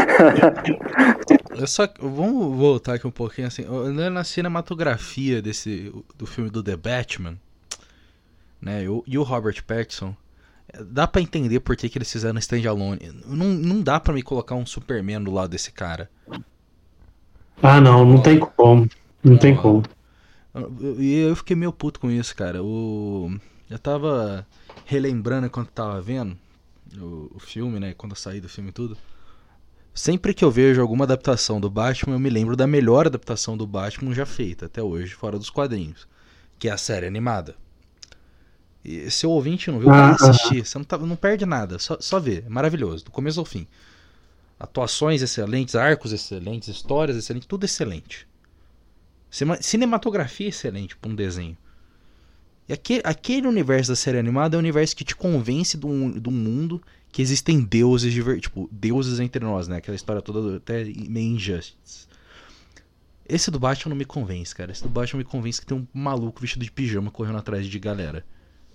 Eu só, vamos voltar aqui um pouquinho assim, olhando na cinematografia desse do filme do The Batman, né? o- E o Robert Pattinson, dá pra entender por que, que eles fizeram standalone. Não, não dá pra me colocar um Superman do lado desse cara. Ah, não, não tem como. Não tem como. E eu fiquei meio puto com isso, cara. O, eu tava relembrando enquanto tava vendo o, o filme, né? Quando eu saí do filme e tudo. Sempre que eu vejo alguma adaptação do Batman, eu me lembro da melhor adaptação do Batman já feita até hoje, fora dos quadrinhos, que é a série animada. E se o ouvinte não viu, vai Ah, assistir. Você não, tá, não perde nada, só, só vê. É maravilhoso, do começo ao fim. Atuações excelentes, arcos excelentes, histórias excelentes, tudo excelente. Cima- Cinematografia excelente pra um desenho. E aquele, aquele universo da série animada é um universo que te convence do, do mundo que existem deuses de ver, tipo, deuses entre nós, né? Aquela história toda do- até meio Injustice. Esse do Batman não me convence, cara. Esse do Batman me convence que tem um maluco vestido de pijama correndo atrás de galera.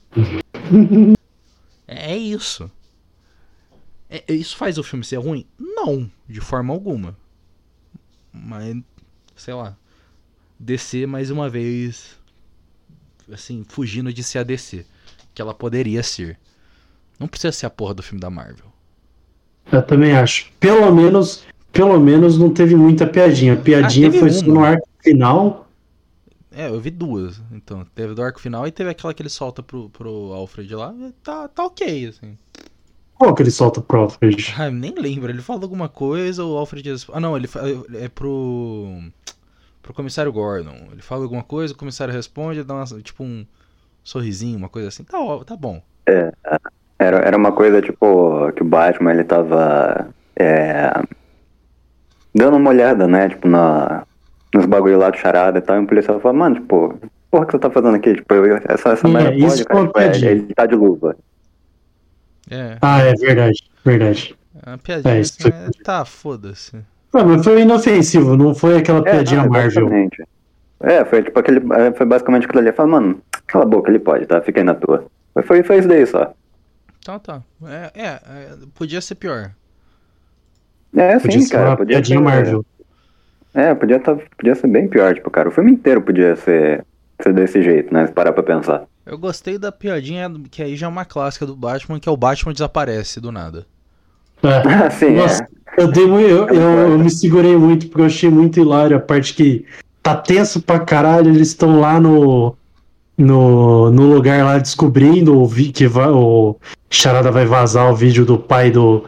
É, é isso. É- é- isso faz o filme ser ruim? Não, de forma alguma. Mas, sei lá. D C mais uma vez, assim, fugindo de ser a D C, que ela poderia ser. Não precisa ser a porra do filme da Marvel. Eu também acho. Pelo menos, pelo menos não teve muita piadinha. A piadinha Ah, teve foi só uma. no arco final. É, eu vi duas. Então, teve do arco final e teve aquela que ele solta pro, pro Alfred lá. e Tá, tá ok, assim. Qual que ele solta pro Alfred? Ah, eu nem lembro. Ele fala alguma coisa, o Alfred. Ah, não, ele fa... é pro. Pro comissário Gordon. Ele fala alguma coisa, o comissário responde, dá uma, tipo um sorrisinho, uma coisa assim. Tá, ó, tá bom. Era, era uma coisa, tipo, que o Batman, ele tava é, dando uma olhada, né, tipo, na, nos bagulho lá do charada e tal, e um policial falou, mano, tipo, porra que você tá fazendo aqui? Tipo, eu, essa, essa É, merda isso pode, cara, foi uma tipo, é, piadinha. ele tá de luva. É, Ah, é verdade, verdade. é uma piadinha É, assim. isso foi- é, tá, foda-se. Ah, mas foi inofensivo, não foi aquela É, piadinha não, Marvel. exatamente. É, foi tipo aquele, é, foi basicamente aquilo ali, falou, mano, cala a boca, ele pode, tá, fica aí na tua. Foi, foi, foi isso daí só. Então tá. É, é, é, podia ser pior. É, Podia sim, ser cara, uma podia piadinha ser, Marvel. é, podia, tá, podia ser bem pior, tipo, cara, o filme inteiro podia ser, ser desse jeito, né, se parar pra pensar. Eu gostei da piadinha que aí já é uma clássica do Batman, que é o Batman desaparece do nada. É. Sim, Nossa, é. eu, dei, mu- eu, eu, eu me segurei muito porque eu achei muito hilário a parte que tá tenso pra caralho, eles estão lá no, no, no lugar lá descobrindo o vi- que vai, o Charada vai vazar o vídeo do pai do,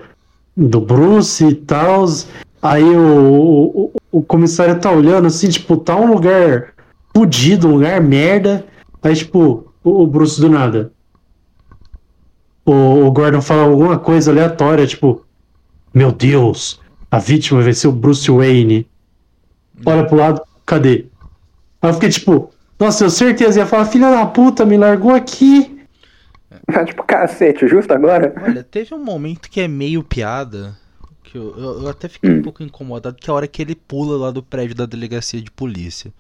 do Bruce e tal. Aí o, o, o comissário tá olhando assim, tipo, tá um lugar fudido, um lugar merda. Aí, tipo, o, o Bruce do nada. O, o Gordon fala alguma coisa aleatória, tipo, meu Deus, a vítima vai ser o Bruce Wayne. Olha pro lado, cadê? Aí eu fiquei tipo, nossa, eu certeza ia falar, filha da puta, me largou aqui. É. Tipo, cacete, justo agora? Olha, teve um momento que é meio piada, que eu, eu, eu até fiquei hum. um pouco incomodado, que é a hora que ele pula lá do prédio da delegacia de polícia.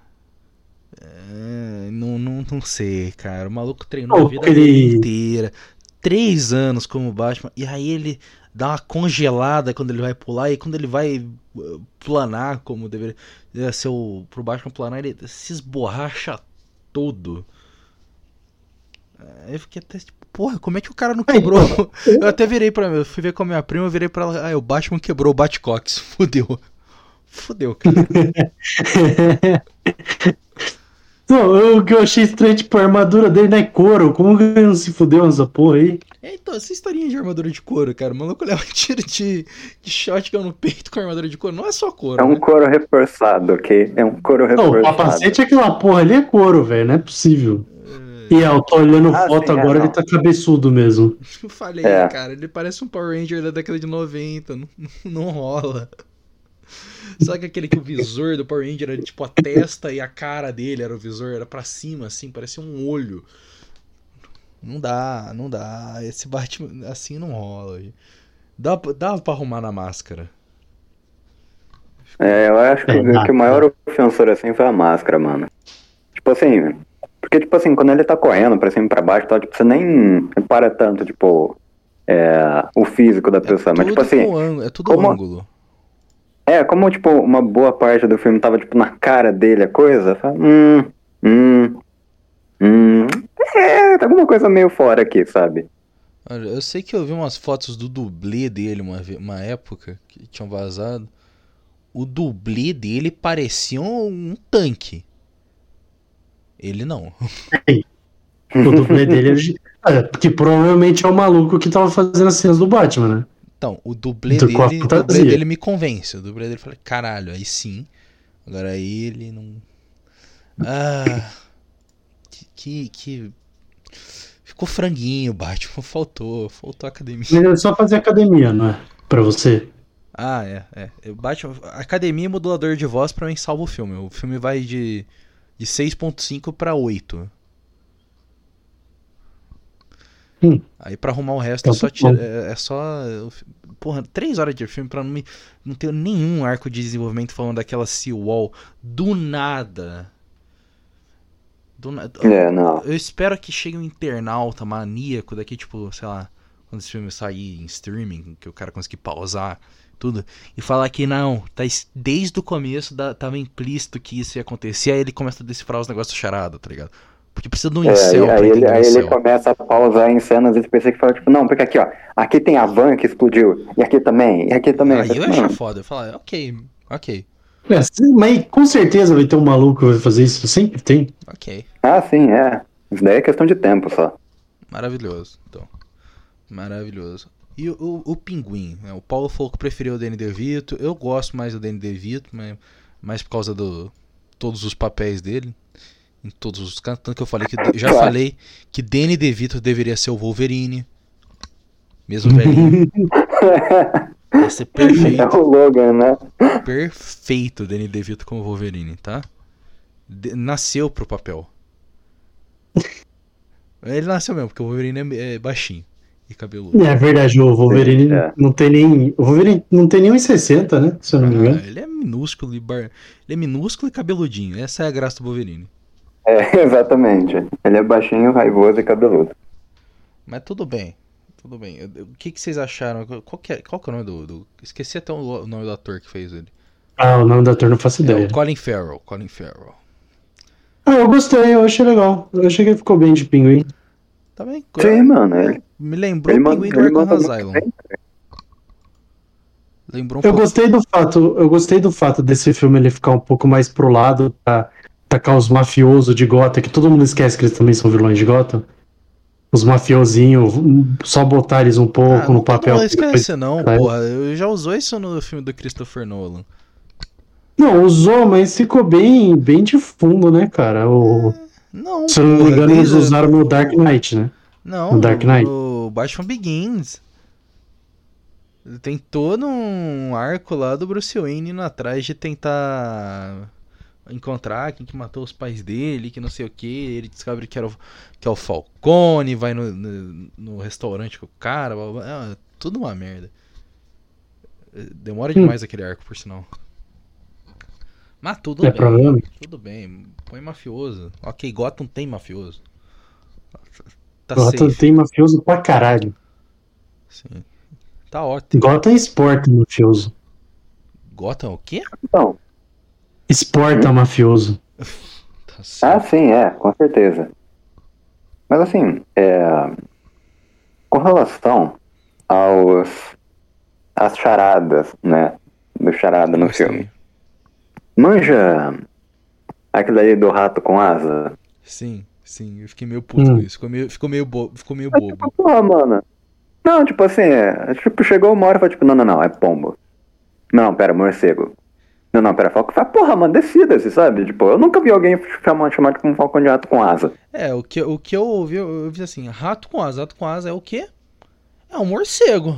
É, não, não, não sei, cara. O maluco treinou oh, a vida ele... dele inteira. Três anos como Batman. E aí ele dá uma congelada quando ele vai pular. E quando ele vai planar, como deveria ser o, pro Batman planar, ele se esborracha todo. Aí eu fiquei até tipo, porra, como é que o cara não quebrou? Eu até virei pra mim, eu fui ver com a minha prima, eu virei pra ela. Ah, o Batman quebrou o Batcox. Fudeu. Fudeu, cara. Não, o que eu achei estranho, tipo, a armadura dele não é couro. Como que ele não se fudeu nessa porra aí? É, então, essa historinha de armadura de couro, cara. O maluco leva um tiro de, de shotgun no peito com armadura de couro. Não é só couro. É um né? couro reforçado, ok? É um couro reforçado. Não, o capacete é aquela porra ali é couro, velho. Não é possível. É... E é, eu tô olhando ah, foto sim, agora, é, ele tá cabeçudo mesmo. Eu falei, é. cara, ele parece um Power Ranger da década de noventa. Não, não rola. Sabe aquele que o visor do Power Ranger era tipo a testa e a cara dele era o visor, era pra cima assim, parecia um olho. Não dá, não dá. Esse Batman assim não rola. Dá, dá pra arrumar na máscara. É, eu acho que, é, que o maior ofensor assim foi a máscara, mano. Tipo assim, porque tipo assim, quando ele tá correndo pra cima e pra baixo, tá, tipo, você nem repara tanto, tipo, é, o físico da pessoa. É mas tipo assim. Ângulo, é tudo como... ângulo. É, como, tipo, uma boa parte do filme tava, tipo, na cara dele a coisa, fala, hum, hum, hum, é, tá alguma coisa meio fora aqui, sabe? Olha, eu sei que eu vi umas fotos do dublê dele uma, uma época, que tinham vazado. O dublê dele parecia um, um tanque. Ele não. O dublê dele é, porque provavelmente é o maluco que tava fazendo as cenas do Batman, né? Então, o dublê, dele, o dublê dele me convence. O dublê dele fala, caralho, aí sim. Agora aí ele não. Ah. Que. que... Ficou franguinho, Batman. Faltou. Faltou academia. Mas é só fazer academia, não é? Pra você. Ah, é. é. Batman, academia e modulador de voz pra mim salva o filme. O filme vai de, de seis ponto cinco pra oito. Hum. Aí pra arrumar o resto é só, tira, é, é só porra, três horas de filme pra não, me, não ter nenhum arco de desenvolvimento falando daquela Seawall do nada. Do na... é, não. Eu espero que chegue um internauta maníaco daqui, tipo, sei lá, quando esse filme sair em streaming, que o cara conseguir pausar tudo, e falar que não, tá, desde o começo da, tava implícito que isso ia acontecer, aí ele começa a decifrar os negócios do charada, tá ligado? Porque precisa de um incel é, pra aí, ele, aí ele começa a pausar em cenas específicas e fala, tipo, não, porque aqui, ó, aqui tem a van que explodiu, e aqui também, e aqui também. Aí eu ia achar foda, eu falar, ok, ok. É, mas com certeza vai ter um maluco que vai fazer isso, sempre tem. Ok. Ah, sim, é. Isso daí é questão de tempo só. Maravilhoso, então. Maravilhoso. E o, o, o Pinguim, né? O Paulo falou que preferiu o Danny DeVito, eu gosto mais do Danny DeVito, mas mais por causa do todos os papéis dele. Em todos os cantos, tanto que eu falei que já falei que Danny DeVito deveria ser o Wolverine, mesmo velhinho. Ia ser perfeito. É o Logan, né? Perfeito, Danny DeVito como Wolverine, tá? De- nasceu pro papel. Ele nasceu mesmo, porque o Wolverine é, é baixinho e cabeludo. É verdade, o Wolverine é. não tem nem. O Wolverine não tem nem uns sessenta, né? Se eu não me engano. Ah, ele é minúsculo e bar... ele é minúsculo e cabeludinho. Essa é a graça do Wolverine. É, exatamente. Ele é baixinho, raivoso e cabeludo. Mas tudo bem. Tudo bem. O que, que vocês acharam? Qual que é, qual que é o nome do, do... Esqueci até o nome do ator que fez ele. Ah, o nome do ator não faço ideia. É o Colin Farrell. Colin Farrell. Ah, eu gostei, eu achei legal. Eu achei que ele ficou bem de Pinguim. Tá bem? Sim, mano. Ele... Me lembrou o Pinguim do Arkham Asylum. Lembrou um eu pouco... gostei do fato, eu gostei do fato desse filme ele ficar um pouco mais pro lado pra tacar os mafiosos de Gotham, que todo mundo esquece que eles também são vilões de Gotham. os mafiosinhos, só botar eles um pouco Ah, no papel. Não esquece não, Depois- porra. Eu já usou isso no filme do Christopher Nolan. Não, usou, mas ficou bem, bem de fundo, né, cara? O, Não, se eu não me porra, engano, eles desde- usaram no Dark Knight, né? Não, no Dark no, Knight. no Batman Begins. Tem todo um arco lá do Bruce Wayne indo atrás de tentar encontrar quem que matou os pais dele, que não sei o que. Ele descobre que, era o, que é o Falcone, vai no, no, no restaurante com o cara. Blá, blá, blá. É tudo uma merda. Demora demais hum. aquele arco, por sinal. Mas tudo é bem. Problema? Tudo bem. Põe mafioso. Ok, Gotham tem mafioso. Tá Gotham safe. tem mafioso pra caralho. Sim. Tá ótimo. Gotham exporta mafioso. Gotham o quê? Então. Exporta hum? mafioso. Tá ah, sim, é, com certeza. Mas assim, é... com relação aos as charadas, né? Do charada no Gostei. filme. Manja aquele aí do rato com asa? Sim, sim, eu fiquei meio puto hum. com isso. Ficou meio, ficou meio, bo... ficou meio bobo. Tipo, porra, mano. Não, tipo assim, é, tipo, chegou uma hora e falou, tipo, não, não, não, é pombo. Não, pera, morcego. Não, não, pera, falco. Porra, mano, decida-se, sabe? Tipo, eu nunca vi alguém chamar, chamar de um falcão de rato com asa. É, o que, o que eu ouvi, eu ouvi assim, rato com asa, rato com asa é o quê? É um morcego.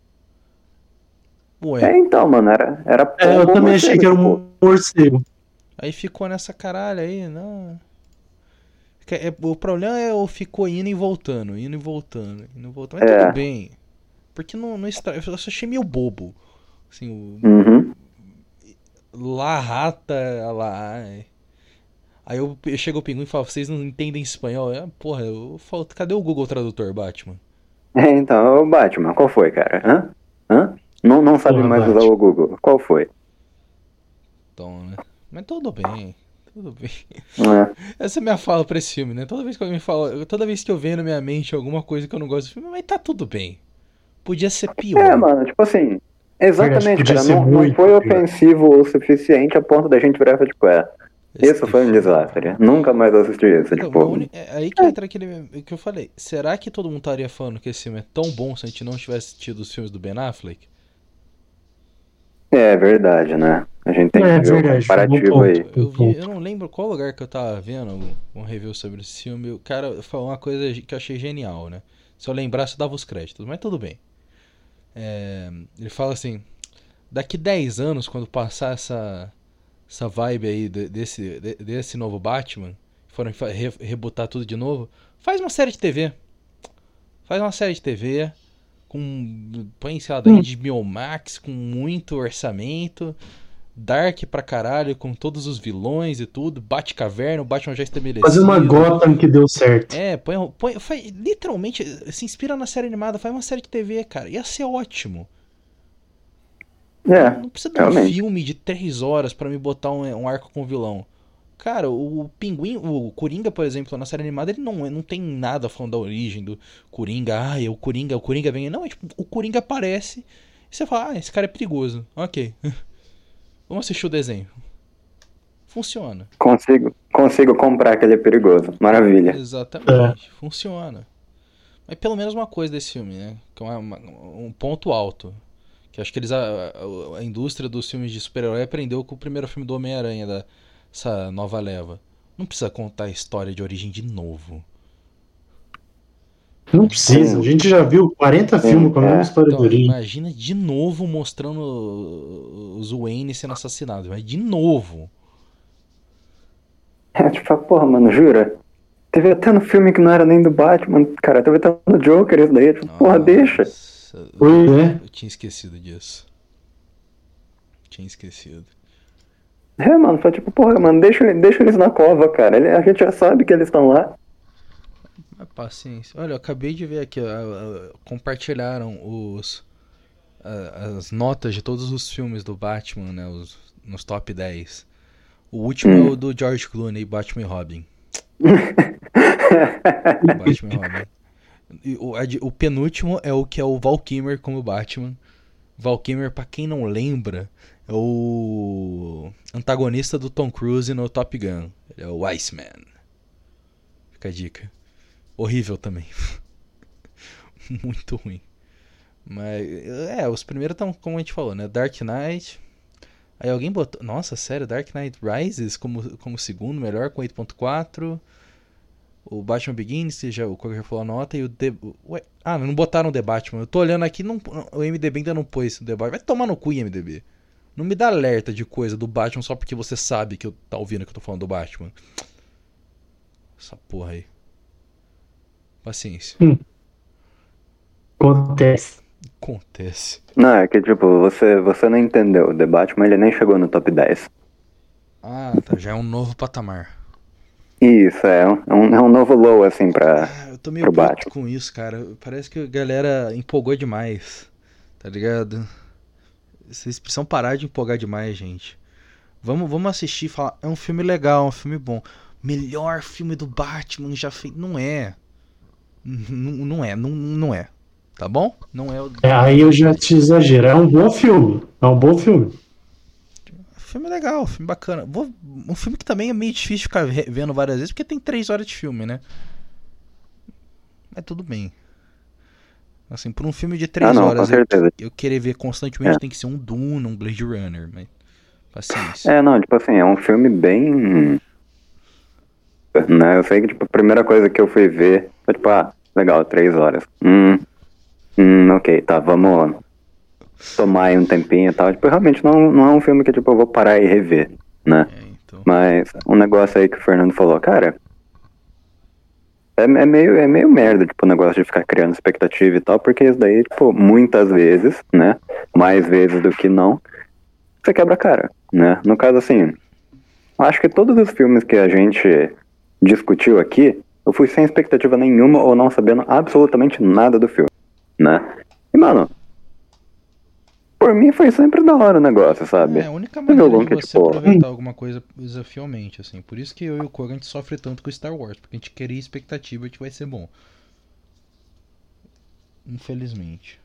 Ué. É, então, mano, era, era pombo. É, eu também morcego, achei que era um tipo. morcego. Aí ficou nessa caralho aí, não. O problema é o ficou indo e voltando, indo e voltando, indo e voltando. Mas É. tudo bem. Porque não, não estra... eu só achei meio bobo. Assim, o. Uhum. Lá rata, lá. Aí eu, eu chego o pinguim e falo, vocês não entendem espanhol? Eu, porra, eu falo, cadê o Google Tradutor, Batman? É, então, o Batman, qual foi, cara? Hã? Hã? Não, não sabe Porra, mais Batman. usar o Google. Qual foi? Então, né? Mas tudo bem. Tudo bem. É. Essa é a minha fala pra esse filme, né? Toda vez que alguém fala, toda vez que eu vejo na minha mente alguma coisa que eu não gosto do filme, mas tá tudo bem. Podia ser pior. É, mano, tipo assim, exatamente, Podia cara, ser não, não muito foi pior. ofensivo o suficiente a ponto da gente virar tipo, é, isso foi um desastre. Nunca mais assisti isso, Então, tipo. meu uni- é aí que entra aquele que eu falei. Será que todo mundo estaria falando que esse filme é tão bom se a gente não tivesse assistido os filmes do Ben Affleck? É verdade, né? A gente tem É que ver o verdade, comparativo bom aí. ponto. Eu, vi, eu não lembro qual lugar que eu tava vendo um, um review sobre esse filme. O cara falou uma coisa que eu achei genial, né? Se eu lembrasse, eu dava os créditos, mas tudo bem. É, ele fala assim: daqui dez anos, quando passar essa, essa vibe aí de- desse, de- desse novo Batman, forem fa- re, rebootar tudo de novo, faz uma série de T V. Faz uma série de T V com, põe, sei lá, da Hum. H B O Max, com muito orçamento, dark pra caralho, com todos os vilões e tudo, Batcaverna, o Batman já estabelecido. Fazer uma Gotham que deu certo. É, põe, põe, faz, literalmente, se inspira na série animada, faz uma série de T V, cara, ia ser ótimo. É, Não precisa de um realmente. filme de três horas pra me botar um, um arco com vilão. Cara, o Pinguim, o Coringa, por exemplo, na série animada, ele não, não tem nada falando da origem do Coringa. Ah, é o Coringa, o Coringa vem. Não, é tipo, o Coringa aparece e você fala, ah, esse cara é perigoso. Ok. Vamos assistir o desenho. Funciona. Consigo, consigo comprar que ele é perigoso. Maravilha. Exatamente, funciona. Mas pelo menos uma coisa desse filme, né? Que é uma- uma- um ponto alto. Que acho que eles a, a- a indústria dos filmes de super-herói aprendeu com o primeiro filme do Homem-Aranha, da, essa nova leva. Não precisa contar a história de origem de novo. Não precisa, a gente já viu quarenta Sim, filmes com a é. mesma história Então, do Origem. imagina de novo mostrando os Wayne sendo assassinados. Mas de novo. É, tipo, porra, mano, jura? Teve até no filme que não era nem do Batman, cara, teve até no Joker isso daí, tipo, porra, deixa. Nossa, Pois é. eu tinha esquecido disso. Tinha esquecido. É, mano, foi tipo, porra, mano, deixa, ele- deixa eles na cova, cara, ele- a gente já sabe que eles estão lá. Mas paciência. Olha, eu acabei de ver aqui, ó, ó, compartilharam os a- as notas de todos os filmes do Batman, né, os, nos top dez. O último é o do George Clooney, Batman e Robin. Batman e Robin. E o, a de- o penúltimo é o que é o Val Kilmer como Batman. Val Kilmer, pra quem não lembra, é o antagonista do Tom Cruise no Top Gun. Ele é o Iceman. Fica a dica. Horrível também. Muito ruim. Mas, é, os primeiros estão, como a gente falou, né? Dark Knight. Aí alguém botou. Nossa, sério, Dark Knight Rises como, como segundo melhor, com oito ponto quatro. O Batman Begins, já, o Cocker já falou a nota. E o The. Ué, ah, não botaram o The Batman. Eu tô olhando aqui, não, o M D B ainda não pôs o The Batman. Vai tomar no cu, M D B. Não me dá alerta de coisa do Batman só porque você sabe que eu tá ouvindo que eu tô falando do Batman. Essa porra aí. Paciência. Hum. Acontece. Acontece. Não, é que tipo, você, você não entendeu. O The Batman ele nem chegou no top dez. Ah, tá. Já é um novo patamar. Isso, é um, é um, é um novo low, assim, pra, Ah, eu tô meio pro puto Batman. com isso, cara. Parece que a galera empolgou demais. Tá ligado? Vocês precisam parar de empolgar demais, gente. Vamos, vamos assistir e falar. É um filme legal, é um filme bom. Melhor filme do Batman já feito. Não é. N- Não é, não, não é. Tá bom? Não é o. É, aí eu já te exagero. É um bom filme. É um bom filme. Filme legal, filme bacana. Vou- Um filme que também é meio difícil de ficar ve- vendo várias vezes, porque tem três horas de filme, né? Mas tudo bem. Assim, por um filme de três Ah, não, com horas eu, certeza. eu querer ver constantemente É. tem que ser um Dune, um Blade Runner, mas paciência. É, não, tipo assim, é um filme bem... Né, eu sei que, tipo, a primeira coisa que eu fui ver foi, tipo, ah, legal, três horas. Hum, hum, ok, tá, vamos tomar aí um tempinho e tal. Tipo, realmente não, não é um filme que, tipo, eu vou parar e rever, né? É, então. Mas um negócio aí que o Fernando falou, cara, é, é meio, é meio merda, tipo, o negócio de ficar criando expectativa e tal, porque isso daí, tipo, muitas vezes, né, mais vezes do que não, você quebra a cara, né? No caso, assim, acho que todos os filmes que a gente discutiu aqui, eu fui sem expectativa nenhuma ou não sabendo absolutamente nada do filme, né? E, mano, por mim foi sempre da hora o negócio, sabe? É a única Teve maneira algum de que, você tipo, aproveitar alguma coisa desafialmente, assim. Por isso que eu e o Kogan a gente sofre tanto com Star Wars, porque a gente queria expectativa de que vai ser bom. Infelizmente.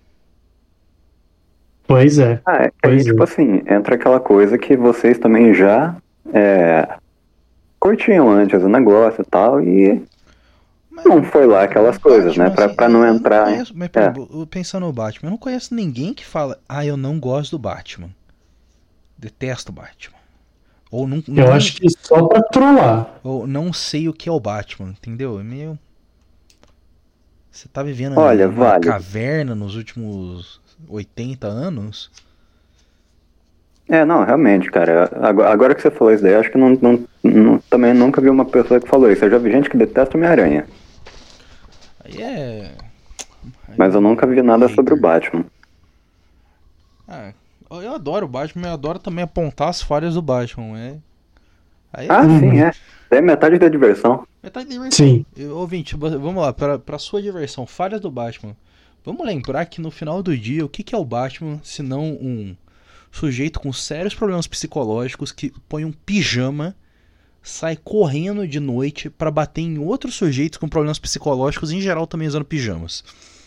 Pois é. Ah, é, aí, Pois tipo é. assim, entra aquela coisa que vocês também já é, curtiam antes o negócio e tal, e Mas não foi lá aquelas o coisas, né? Batman, Pra, assim, pra eu- não eu entrar. conheço, mas, por é. exemplo, eu- pensando no Batman, eu não conheço ninguém que fala, ah, eu não gosto do Batman. Detesto o Batman. Ou não, Eu não- acho que só pra trollar. ou não sei o que é o Batman, entendeu? É meio. Você tá vivendo Olha, numa válido. caverna nos últimos oitenta anos? É, não, realmente, cara. Agora, agora que você falou isso daí, eu acho que não, não, não- também nunca vi uma pessoa que falou isso. Eu já vi gente que detesta Homem-Aranha, Aí é. Aí mas eu é nunca vi nada hater. sobre o Batman. Ah, eu adoro o Batman, eu adoro também apontar as falhas do Batman. É... Aí Ah, Uhum. sim, é. É metade da diversão. metade da diversão. Sim. Eu- Ouvinte, vamos lá, pra, pra sua diversão, falhas do Batman. Vamos lembrar que no final do dia, o que, que é o Batman se não um sujeito com sérios problemas psicológicos que põe um pijama, sai correndo de noite pra bater em outros sujeitos com problemas psicológicos, em geral também usando pijamas.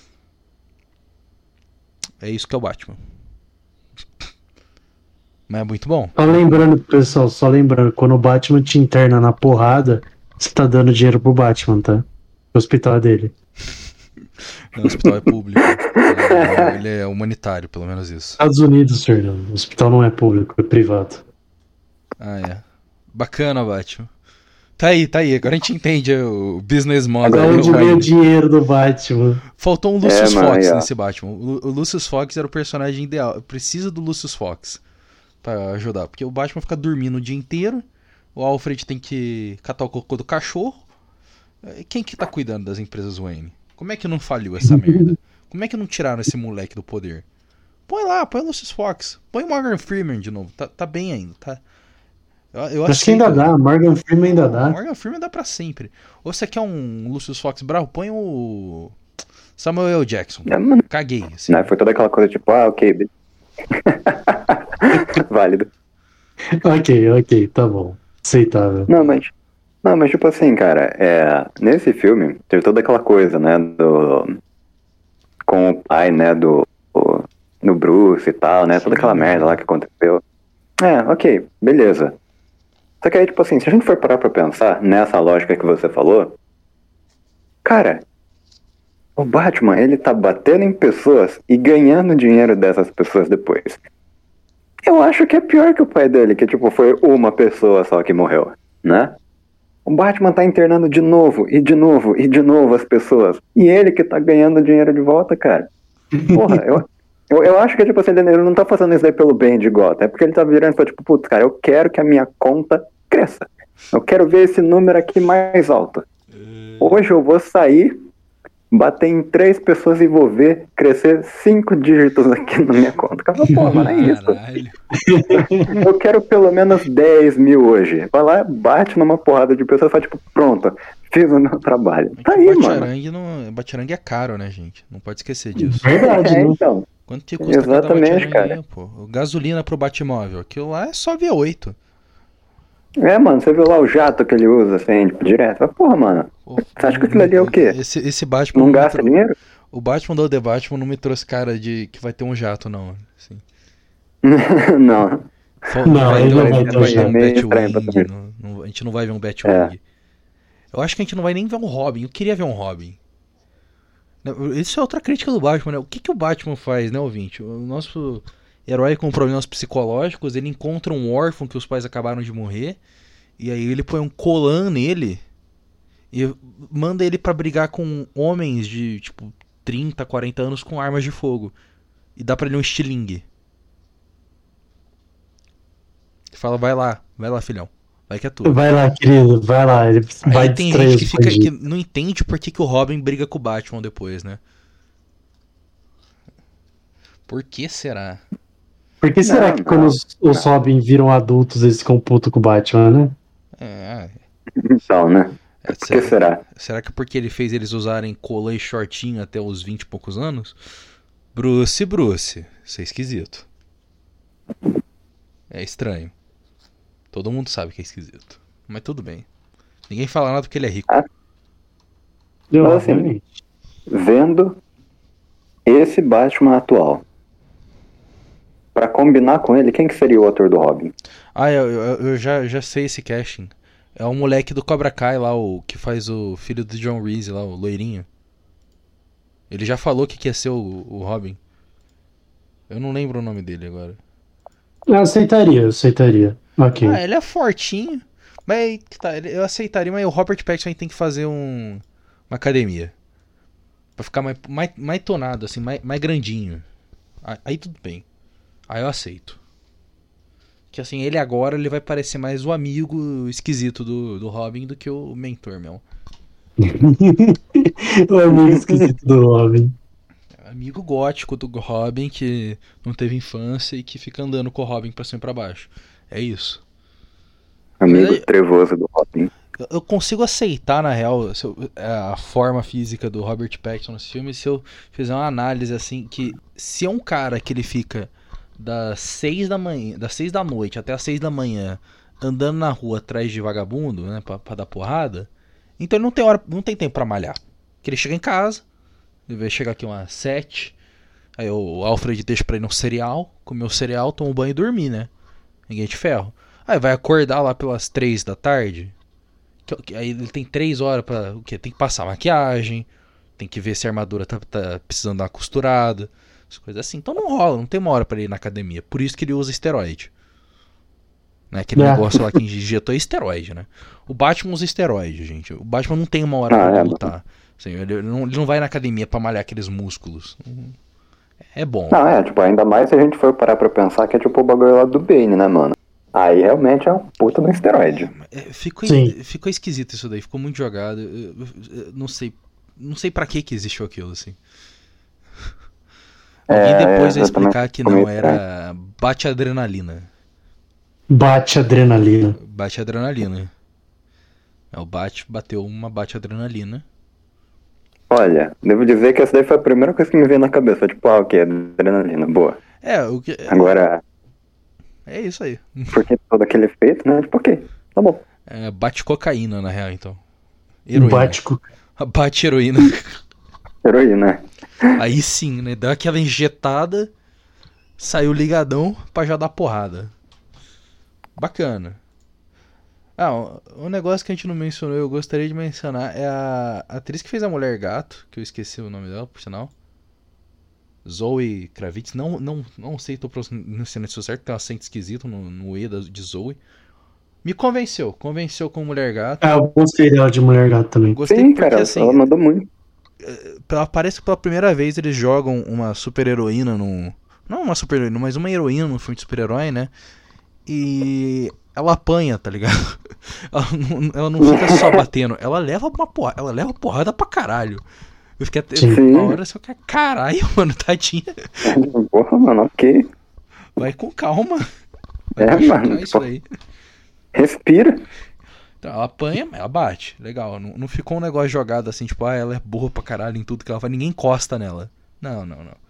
É isso que é o Batman. Mas é muito bom. Só lembrando, pessoal, só lembrando, quando o Batman te interna na porrada, você tá dando dinheiro pro Batman, tá? O hospital é dele. Não, o hospital é público. É, ele é humanitário, pelo menos isso. Estados Unidos, Fernando. O hospital não é público, é privado. Ah, é. Bacana, Batman. Tá aí, tá aí. Agora a gente entende o business model. Agora do onde vem o Wayne. dinheiro do Batman? Faltou um Lucius É, mano, Fox aí, ó. nesse Batman. O, o Lucius Fox era o personagem ideal. Precisa do Lucius Fox pra ajudar. Porque o Batman fica dormindo o dia inteiro. O Alfred tem que catar o cocô do cachorro. Quem que tá cuidando das empresas Wayne? Como é que não faliu essa merda? Como é que não tiraram esse moleque do poder? Põe lá, põe o Lucius Fox. Põe o Morgan Freeman de novo. Tá, tá bem ainda, tá? Eu, eu Acho que ainda aceito. dá, Morgan Freeman ainda dá. Morgan Freeman dá pra sempre. Ou você quer um Lucius Fox bravo? Põe o Samuel L. Jackson. É, mano, Caguei, assim. né? Foi toda aquela coisa tipo, ah, ok. be- Válido. Ok, ok, tá bom. Aceitável. Não, mas. Não, mas tipo assim, cara, é, nesse filme teve toda aquela coisa, né, do. Com o pai, né, do. o- do Bruce e tal, né? Toda aquela merda lá que aconteceu. É, ok, beleza. Só que aí, tipo assim, se a gente for parar pra pensar nessa lógica que você falou, cara, O Batman, ele tá batendo em pessoas e ganhando dinheiro dessas pessoas depois. Eu acho que é pior que o pai dele, que tipo, foi uma pessoa só que morreu, né? O Batman tá internando de novo, e de novo, e de novo as pessoas. E ele que tá ganhando dinheiro de volta, cara. Porra, eu, eu, eu acho que tipo assim, ele não tá fazendo isso aí pelo bem de Gotham. É porque ele tá virando e fala, tipo, putz, cara, eu quero que a minha conta cresça. Eu quero ver esse número aqui mais alto. Hoje eu vou sair, bater em três pessoas e vou ver crescer cinco dígitos aqui na minha conta. Cara, pô, mano, é isso. Caralho. Eu quero pelo menos dez mil hoje. Vai lá, bate numa porrada de pessoas e fala, tipo, pronto, fiz o meu trabalho. Tá aí, mano. Batirangue, não... Batirangue é caro, né, gente? Não pode esquecer disso. Verdade, É, né? então. Quanto que custa Exatamente, cada Batirangue, cara. pô? Gasolina pro Batmóvel. Aquilo lá é só V oito. É, mano, você viu lá o jato que ele usa, assim, tipo, direto. Mas, porra, mano, Pô, você acha que aquilo ali é o quê? Esse, esse Batman Não me gasta trou- dinheiro? O Batman do The Batman não me trouxe cara de que vai ter um jato, não. Assim. Não. Fo- Não, vai ele ter não um- vai não ter um vai ter jato. um Meio estranho pra Batwing. saber. não- não- a gente não vai ver um Batwing. Eu acho que a gente não vai nem ver um Robin. Eu queria ver um Robin. Não, isso é outra crítica do Batman, né? O que, que o Batman faz, né, ouvinte? O nosso herói com problemas psicológicos, ele encontra um órfão que os pais acabaram de morrer, e aí ele põe um colã nele e manda ele pra brigar com homens de, tipo, trinta, quarenta anos com armas de fogo. E dá pra ele um estilingue. Fala, vai lá, vai lá, filhão. Vai que é tua. Vai lá, querido, vai lá. Ele vai Aí tem distrair gente que, os fica, que bandidos. não entende por que, que o Robin briga com o Batman depois, né? Por que será? Por que será Não, que não, quando os, os não. Robin viram adultos, eles ficam putos com o Batman, né? É, Então, né? é, Por que será? será que é porque ele fez eles usarem colã e shortinho até os vinte e poucos anos? Bruce, Bruce, isso é esquisito. É estranho. Todo mundo sabe que é esquisito. Mas tudo bem. Ninguém fala nada porque ele é rico. Ah. Eu, Mas, assim, obviamente. Vendo esse Batman atual, pra combinar com ele, quem que seria o ator do Robin? Ah, eu, eu, eu já, já sei esse casting. É o moleque do Cobra Kai lá, o que faz o filho do John Reese lá, o loirinho. Ele já falou que quer ser o, o Robin. Eu não lembro o nome dele agora. Eu aceitaria, eu aceitaria. Ok. Ah, ele é fortinho. Mas tá, ele- eu aceitaria, mas o Robert Pattinson tem que fazer um, uma academia. Pra ficar mais, mais, mais tonado, assim, mais, mais grandinho. Aí, aí tudo bem. Aí eu aceito. Que assim, ele agora ele vai parecer mais o amigo esquisito do, do Robin do que o mentor, meu. O amigo esquisito do Robin. Amigo gótico do Robin que não teve infância e que fica andando com o Robin pra cima e pra baixo. É isso. Amigo Mas- trevoso do Robin. Eu- Eu consigo aceitar, na real, se eu- a forma física do Robert Pattinson nesse filme se eu fizer uma análise assim, que se é um cara que ele fica das seis da manhã, das seis da noite até as seis da manhã andando na rua atrás de vagabundo, né, pra, pra dar porrada, então ele não tem hora, não tem tempo pra malhar. Porque ele chega em casa, ele vai chegar aqui umas sete, aí o Alfred deixa pra ir no cereal, comer o cereal, toma um banho e dormir, né? Ninguém de ferro. Aí vai acordar lá pelas três da tarde. que- que- Aí ele tem três horas pra. O quê? Tem que passar maquiagem. Tem que ver se a armadura tá, tá precisando dar uma costurada. As coisas assim. Então não rola, não tem uma hora pra ele ir na academia. Por isso que ele usa esteroide. Né? Aquele É. negócio lá que injetou é esteroide, né? O Batman usa esteroide, gente. O Batman não tem uma hora Ah, pra é, lutar. Assim, ele, não, ele não vai na academia pra malhar aqueles músculos. É bom. Não, é, tipo, ainda mais se a gente for parar pra pensar que é tipo o bagulho lá do Bane, né, mano? Aí realmente é um puta no esteroide. É, ficou, Sim. ficou esquisito isso daí, ficou muito jogado. Eu, eu- eu não sei. Não sei pra que que existiu aquilo, assim. Alguém É, depois vai eu também explicar que fico não meio era bate adrenalina. Bate adrenalina. Bate adrenalina. É, o bate bateu uma bate adrenalina. Olha, devo dizer que essa daí foi a primeira coisa que me veio na cabeça. Foi tipo, ah, ok, adrenalina, boa. É, o que. Agora, É isso aí. porque todo aquele efeito, né? Tipo, ok, tá bom. É, bate cocaína, na real, então. Heroína. Bate com... Bate heroína. Heroína. Aí sim, né? Dá aquela injetada, saiu ligadão pra já dar porrada. Bacana. Ah, um um negócio que a gente não mencionou, eu gostaria de mencionar, é a atriz que fez a Mulher Gato, que eu esqueci o nome dela, por sinal. Zoe Kravitz, não, não, não sei se tô pronunciando isso certo, tem um acento esquisito no, no E da- de Zoe. Me convenceu, convenceu com Mulher Gato. Ah, eu gostei dela de Mulher Gato também. Gostei Sim, porque cara, assim, ela mandou muito. pela- parece que pela primeira vez eles jogam uma super heroína no. Não uma super heroína, mas uma heroína no filme de super-herói, né? E ela apanha, tá ligado? Ela não, ela não fica só batendo, ela leva uma porrada, ela leva porrada pra caralho. Eu fiquei até Sim. uma hora só que caralho, mano, tadinha. Porra, mano, ok. Vai com calma. Vai É, machucar mano, isso tipo- daí. Respira. Então, ela apanha, mas ela bate. Legal. Não, não ficou um negócio jogado assim, tipo, ah, ela é burra pra caralho em tudo que ela faz. Ninguém encosta nela. Não, não, não.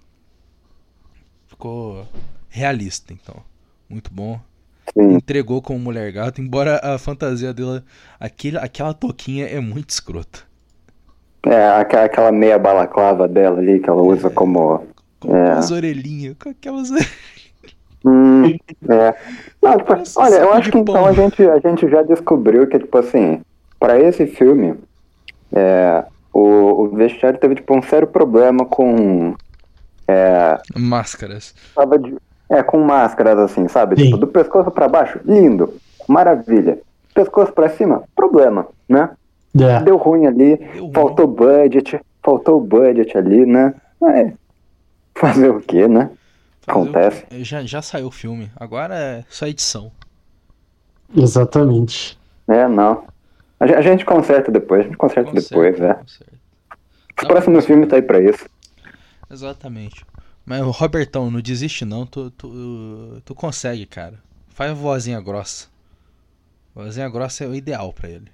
Ficou realista, então. Muito bom. Sim. Entregou como Mulher Gato, embora a fantasia dela. Aquele, aquela touquinha é muito escrota. É, aquela, aquela meia balaclava dela ali que ela usa como. Com É. aquelas orelhinhas. Com aquelas orelhinhas. Hum, é. Não, tipo, Parece um olha, eu saco acho de que então pão. a gente, a gente já descobriu que, tipo assim, pra esse filme, é, o, o vestiário teve, tipo, um sério problema com. Máscaras. Tava de- é, com máscaras, assim, sabe? Sim. Tipo, do pescoço pra baixo, lindo, maravilha. Pescoço pra cima, problema, né? É. Deu ruim ali, Deu ruim. faltou budget, faltou budget ali, né? É, fazer o quê, né? Fazer o Acontece. quê? Já, já saiu o filme. Agora é só edição. Exatamente. É, não. A, gen- a gente conserta depois, a gente conserta depois, é. conserta. Os Dá próximos pra filmes tá aí pra isso. Exatamente. Mas, Robertão, não desiste não, tu, tu, tu consegue, cara. Faz vozinha grossa. Vozinha grossa é o ideal pra ele.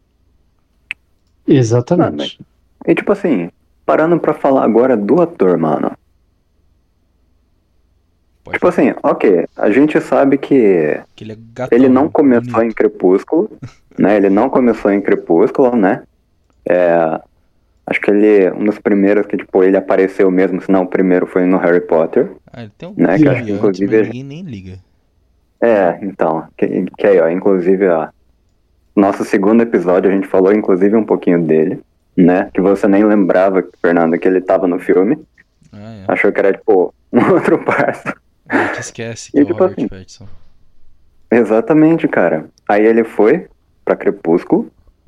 Exatamente. E tipo assim, parando pra falar agora do ator, mano. Pode Tipo assim, ok, a gente sabe que que ele é gatão. ele não começou bonito. em Crepúsculo, né? Ele não começou em Crepúsculo, né? É, acho que ele, um dos primeiros que, tipo, ele apareceu mesmo, se não o primeiro foi no Harry Potter. Ah, ele tem um Né, filme que eu acho que, antes, inclusive, mas ninguém nem liga. É, então, que, que aí, ó, inclusive, ó, nosso segundo episódio a gente falou, inclusive, um pouquinho dele, né? Que você nem lembrava, Fernando, que ele tava no filme. Ah, é. Achou que era, tipo, um outro parça. A gente esquece que E, é o tipo Robert assim, Pattinson. Exatamente, cara. Aí ele foi pra Crepúsculo.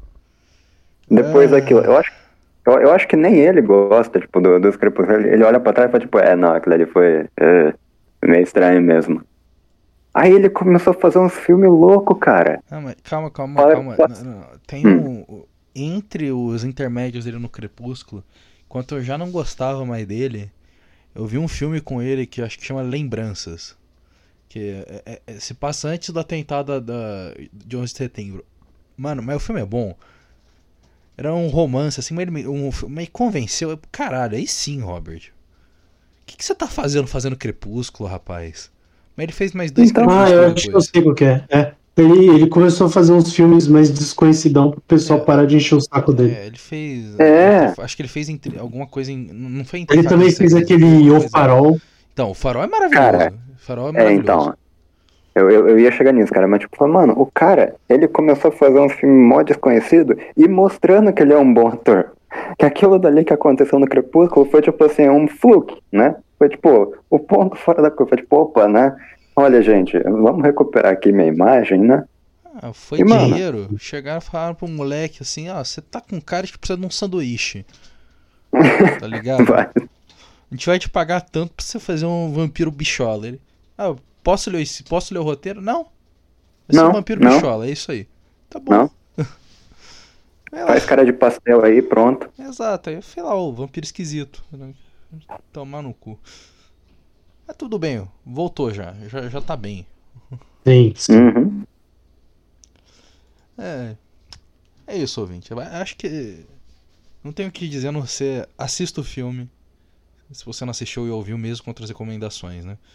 Depois Ah. daquilo, eu acho, eu, eu acho que nem ele gosta, tipo, do, dos Crepúsculos. Ele, ele olha pra trás e fala, tipo, é, não, aquilo ali foi é, meio estranho mesmo. Aí ele começou a fazer uns filmes loucos, cara. Ah, mas calma, calma, Olha, calma. pode- Não, não, Tem um. o- Entre os intermédios dele no Crepúsculo, enquanto eu já não gostava mais dele, eu vi um filme com ele que eu acho que chama Lembranças. Que é- é- é- se passa antes do atentado da, de onze de setembro. Mano, mas o filme é bom. Era um romance, assim, mas ele me, um, me convenceu. Eu, Caralho, aí sim, Robert. O que, que você tá fazendo fazendo Crepúsculo, rapaz? Mas ele fez mais dois Então- Ah, eu Crepúsculos acho que eu depois. sei qual que é. É. Ele, ele começou a fazer uns filmes mais desconhecidão pro pessoal É. parar de encher o saco dele. É, ele fez. É. ele- acho que ele fez entre- alguma coisa em. Não foi entre Ele Facas também e fez Segredos, aquele foi O alguma coisa- Farol. Então, o Farol é maravilhoso. Cara, o Farol é É, maravilhoso. então, eu, eu, eu ia chegar nisso, cara, mas tipo, mano, o cara, ele começou a fazer uns filmes mó desconhecido e mostrando que ele é um bom ator. Que aquilo dali que aconteceu no Crepúsculo foi tipo assim, um fluke, né? Foi tipo, o ponto fora da curva, foi tipo, opa, né? Olha, gente, vamos recuperar aqui minha imagem, né? Ah, foi E, mano, dinheiro. Chegaram e falaram pro moleque assim: ó, você tá com cara de que precisa de um sanduíche. Tá ligado? Vai. A gente vai te pagar tanto pra você fazer um vampiro bichola. Ele, ah, posso ler, esse- posso ler o roteiro? Não. Vai ser Não, um vampiro não. bichola, é isso aí. Tá bom. Não. É lá. Faz cara de pastel aí, pronto. Exato, aí eu fui lá, o vampiro esquisito. Tomar no cu. Mas tudo bem, voltou já. Já, já tá bem. Sim, sim. Uhum. É. É isso, ouvinte. Eu acho que. Não tenho o que dizer a não ser assista o filme. Se você não assistiu e ouviu mesmo com outras recomendações, né?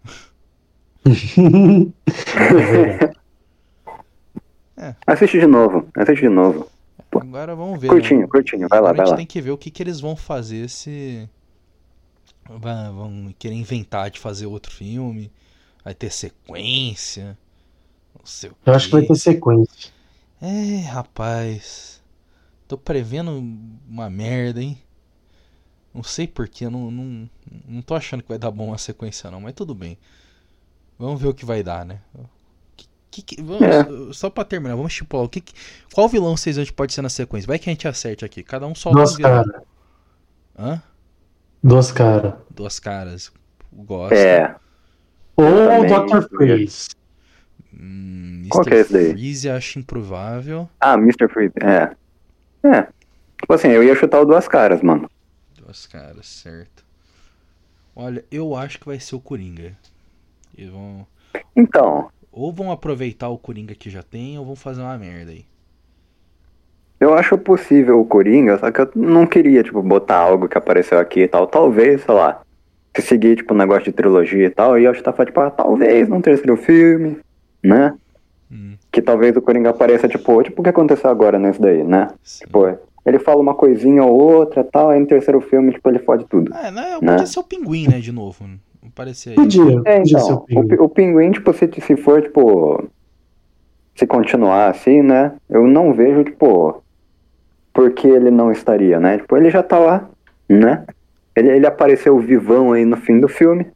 É verdade. Assiste de novo, assiste de novo. Pô, Agora vamos ver. curtinho, né? curtinho, vai lá, Agora vai a gente lá. tem que ver o que, que eles vão fazer se. Vão, vão querer inventar de fazer outro filme. Vai ter sequência. Não sei o Eu acho que vai quê. ter sequência. É, rapaz. Tô prevendo uma merda, hein? Não sei porquê, não, não, não tô achando que vai dar bom a sequência não, mas tudo bem. Vamos ver o que vai dar, né? Que, que, vamos, É. Só pra terminar, vamos tipo, o que, que- qual vilão vocês acham que pode ser na sequência? Vai que a gente acerte aqui. Cada um solta um Duas vilão. caras. Hã? Duas caras. Duas caras. Gosto. É. Ou o também- doutor Freeze. Hum, Qual que é mister esse daí? Freeze acho improvável. Ah, mister Freeze. É. É. Tipo assim, eu ia chutar o Duas Caras, mano. Duas caras, certo. Olha, eu acho que vai ser o Coringa. Eles vão... Então, Ou vão aproveitar o Coringa que já tem, ou vão fazer uma merda aí. eu acho possível o Coringa, só que eu não queria, tipo, botar algo que apareceu aqui e tal. Talvez, sei lá, se seguir, tipo, um negócio de trilogia e tal, e eu chutar, tipo, ah, talvez num terceiro filme, né? Hum, Que talvez o Coringa apareça, tipo, tipo o que aconteceu agora nesse daí, né? sim. Tipo, ele fala uma coisinha ou outra e tal, aí no terceiro filme, tipo, ele fode tudo. Ah, não, Né? podia ser o Pinguim, né, de novo. Não parecia aí. Podia, É, podia ser o então, o, Pinguim. pi- o Pinguim, tipo, se, se for, tipo, se continuar assim, né, eu não vejo, tipo, por que ele não estaria, né? Tipo, ele já tá lá, né? Ele, ele apareceu vivão aí no fim do filme.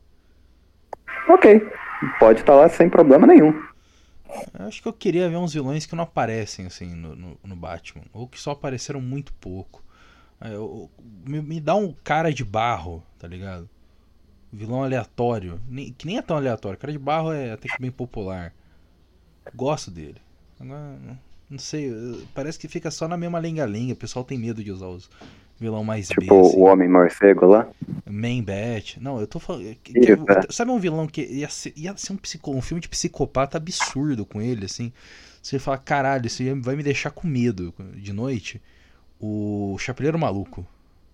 Ok, pode estar lá sem problema nenhum. Eu acho que eu queria ver uns vilões que não aparecem, assim, no, no, no Batman. Ou que só apareceram muito pouco. É, eu- me, me dá um cara de barro, tá ligado? Vilão aleatório. Nem- que nem é tão aleatório. Cara de barro é até que bem popular. Gosto dele. Agora, não sei, eu- parece que fica só na mesma lenga-lenga. O pessoal tem medo de usar os vilão mais B, Tipo, assim. o Homem-Morcego lá. Man Bat. Não, eu tô falando. que- Isso, que- é. Sabe um vilão que ia ser, ia ser um, psico, um filme de psicopata absurdo com ele, assim? Você fala, caralho, isso ia- vai me deixar com medo de noite. O Chapeleiro Maluco.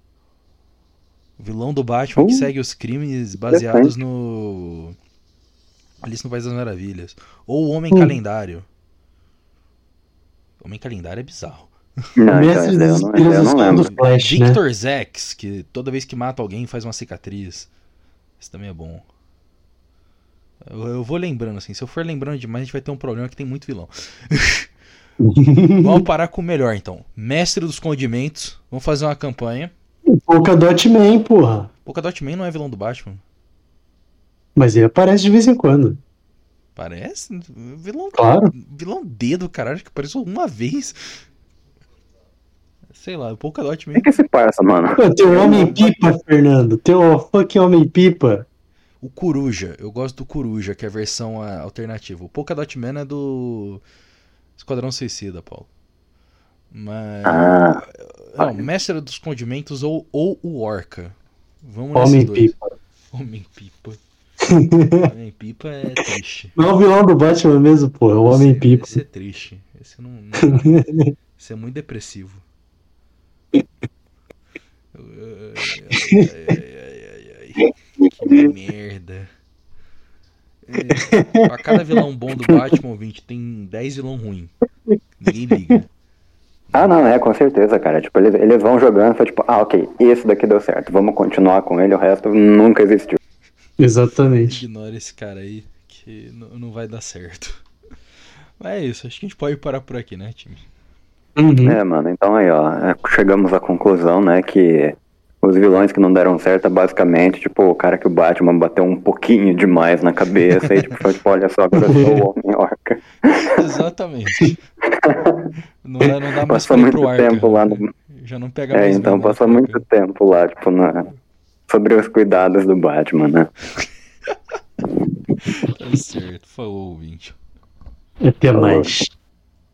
O vilão do Batman que Uh, segue os crimes baseados no. Alice no País das Maravilhas. Ou o Homem Hum. Calendário. O Homem Calendário é bizarro. Não, então, Mestre esse daí eu dos não, esse daí eu não Espíritos lembro. do Flash, né? Victor Zex, que toda vez que mata alguém faz uma cicatriz. Esse também é bom. Eu, eu vou lembrando, assim. Se eu for lembrando demais, a gente vai ter um problema que tem muito vilão. Vamos parar com o melhor, então. Mestre dos Condimentos. Vamos fazer uma campanha. Polka Dot Man, porra. Polkadot Man não é vilão do Batman? Mas ele aparece de vez em quando. Parece? Vilão, Claro. vilão D do caralho que apareceu uma vez. Sei lá, o Polkadot Man. O que que esse parça, mano? Pô, tem o Homem-Pipa, Fernando. Tem o fucking Homem-Pipa. O Coruja. Eu gosto do Coruja, que é a versão ah, alternativa. O Polkadot Man é do Esquadrão Suicida, Paulo. Mas... Ah, Não, Mestre dos Condimentos ou, ou o Orca. Vamos nesses dois. Homem-Pipa. Homem-Pipa. Homem-Pipa é triste. Não é o vilão do Batman mesmo, pô. É o Esse- Homem-Pipa. Esse é triste. Esse não, não dá. Esse é muito depressivo. Ai, ai, ai, ai, ai. Que merda. É, a cada vilão bom do Batman, ouvinte, tem dez vilão ruim. Ninguém liga. ah, não, é, com certeza, cara. Tipo, eles, eles vão jogando, foi tipo, ah, ok, esse daqui deu certo, vamos continuar com ele, o resto nunca existiu. Exatamente. Ignora esse cara aí, que n- não vai dar certo. Mas é isso, acho que a gente pode parar por aqui, né, time? Uhum. É, mano, então aí, ó, é, chegamos à conclusão, né, que os vilões que não deram certo é basicamente, tipo, o cara que o Batman bateu um pouquinho demais na cabeça e, tipo, foi, tipo, olha só, agora eu sou o Homem-Orca. Exatamente. Não dá, não dá mais Passou pra ir muito pro Arca. tempo lá no... Já não pega É, mais então vilão passou pro muito Arca. tempo lá, tipo, na... sobre os cuidados do Batman, né? Tá certo, falou, ouvinte. Até mais.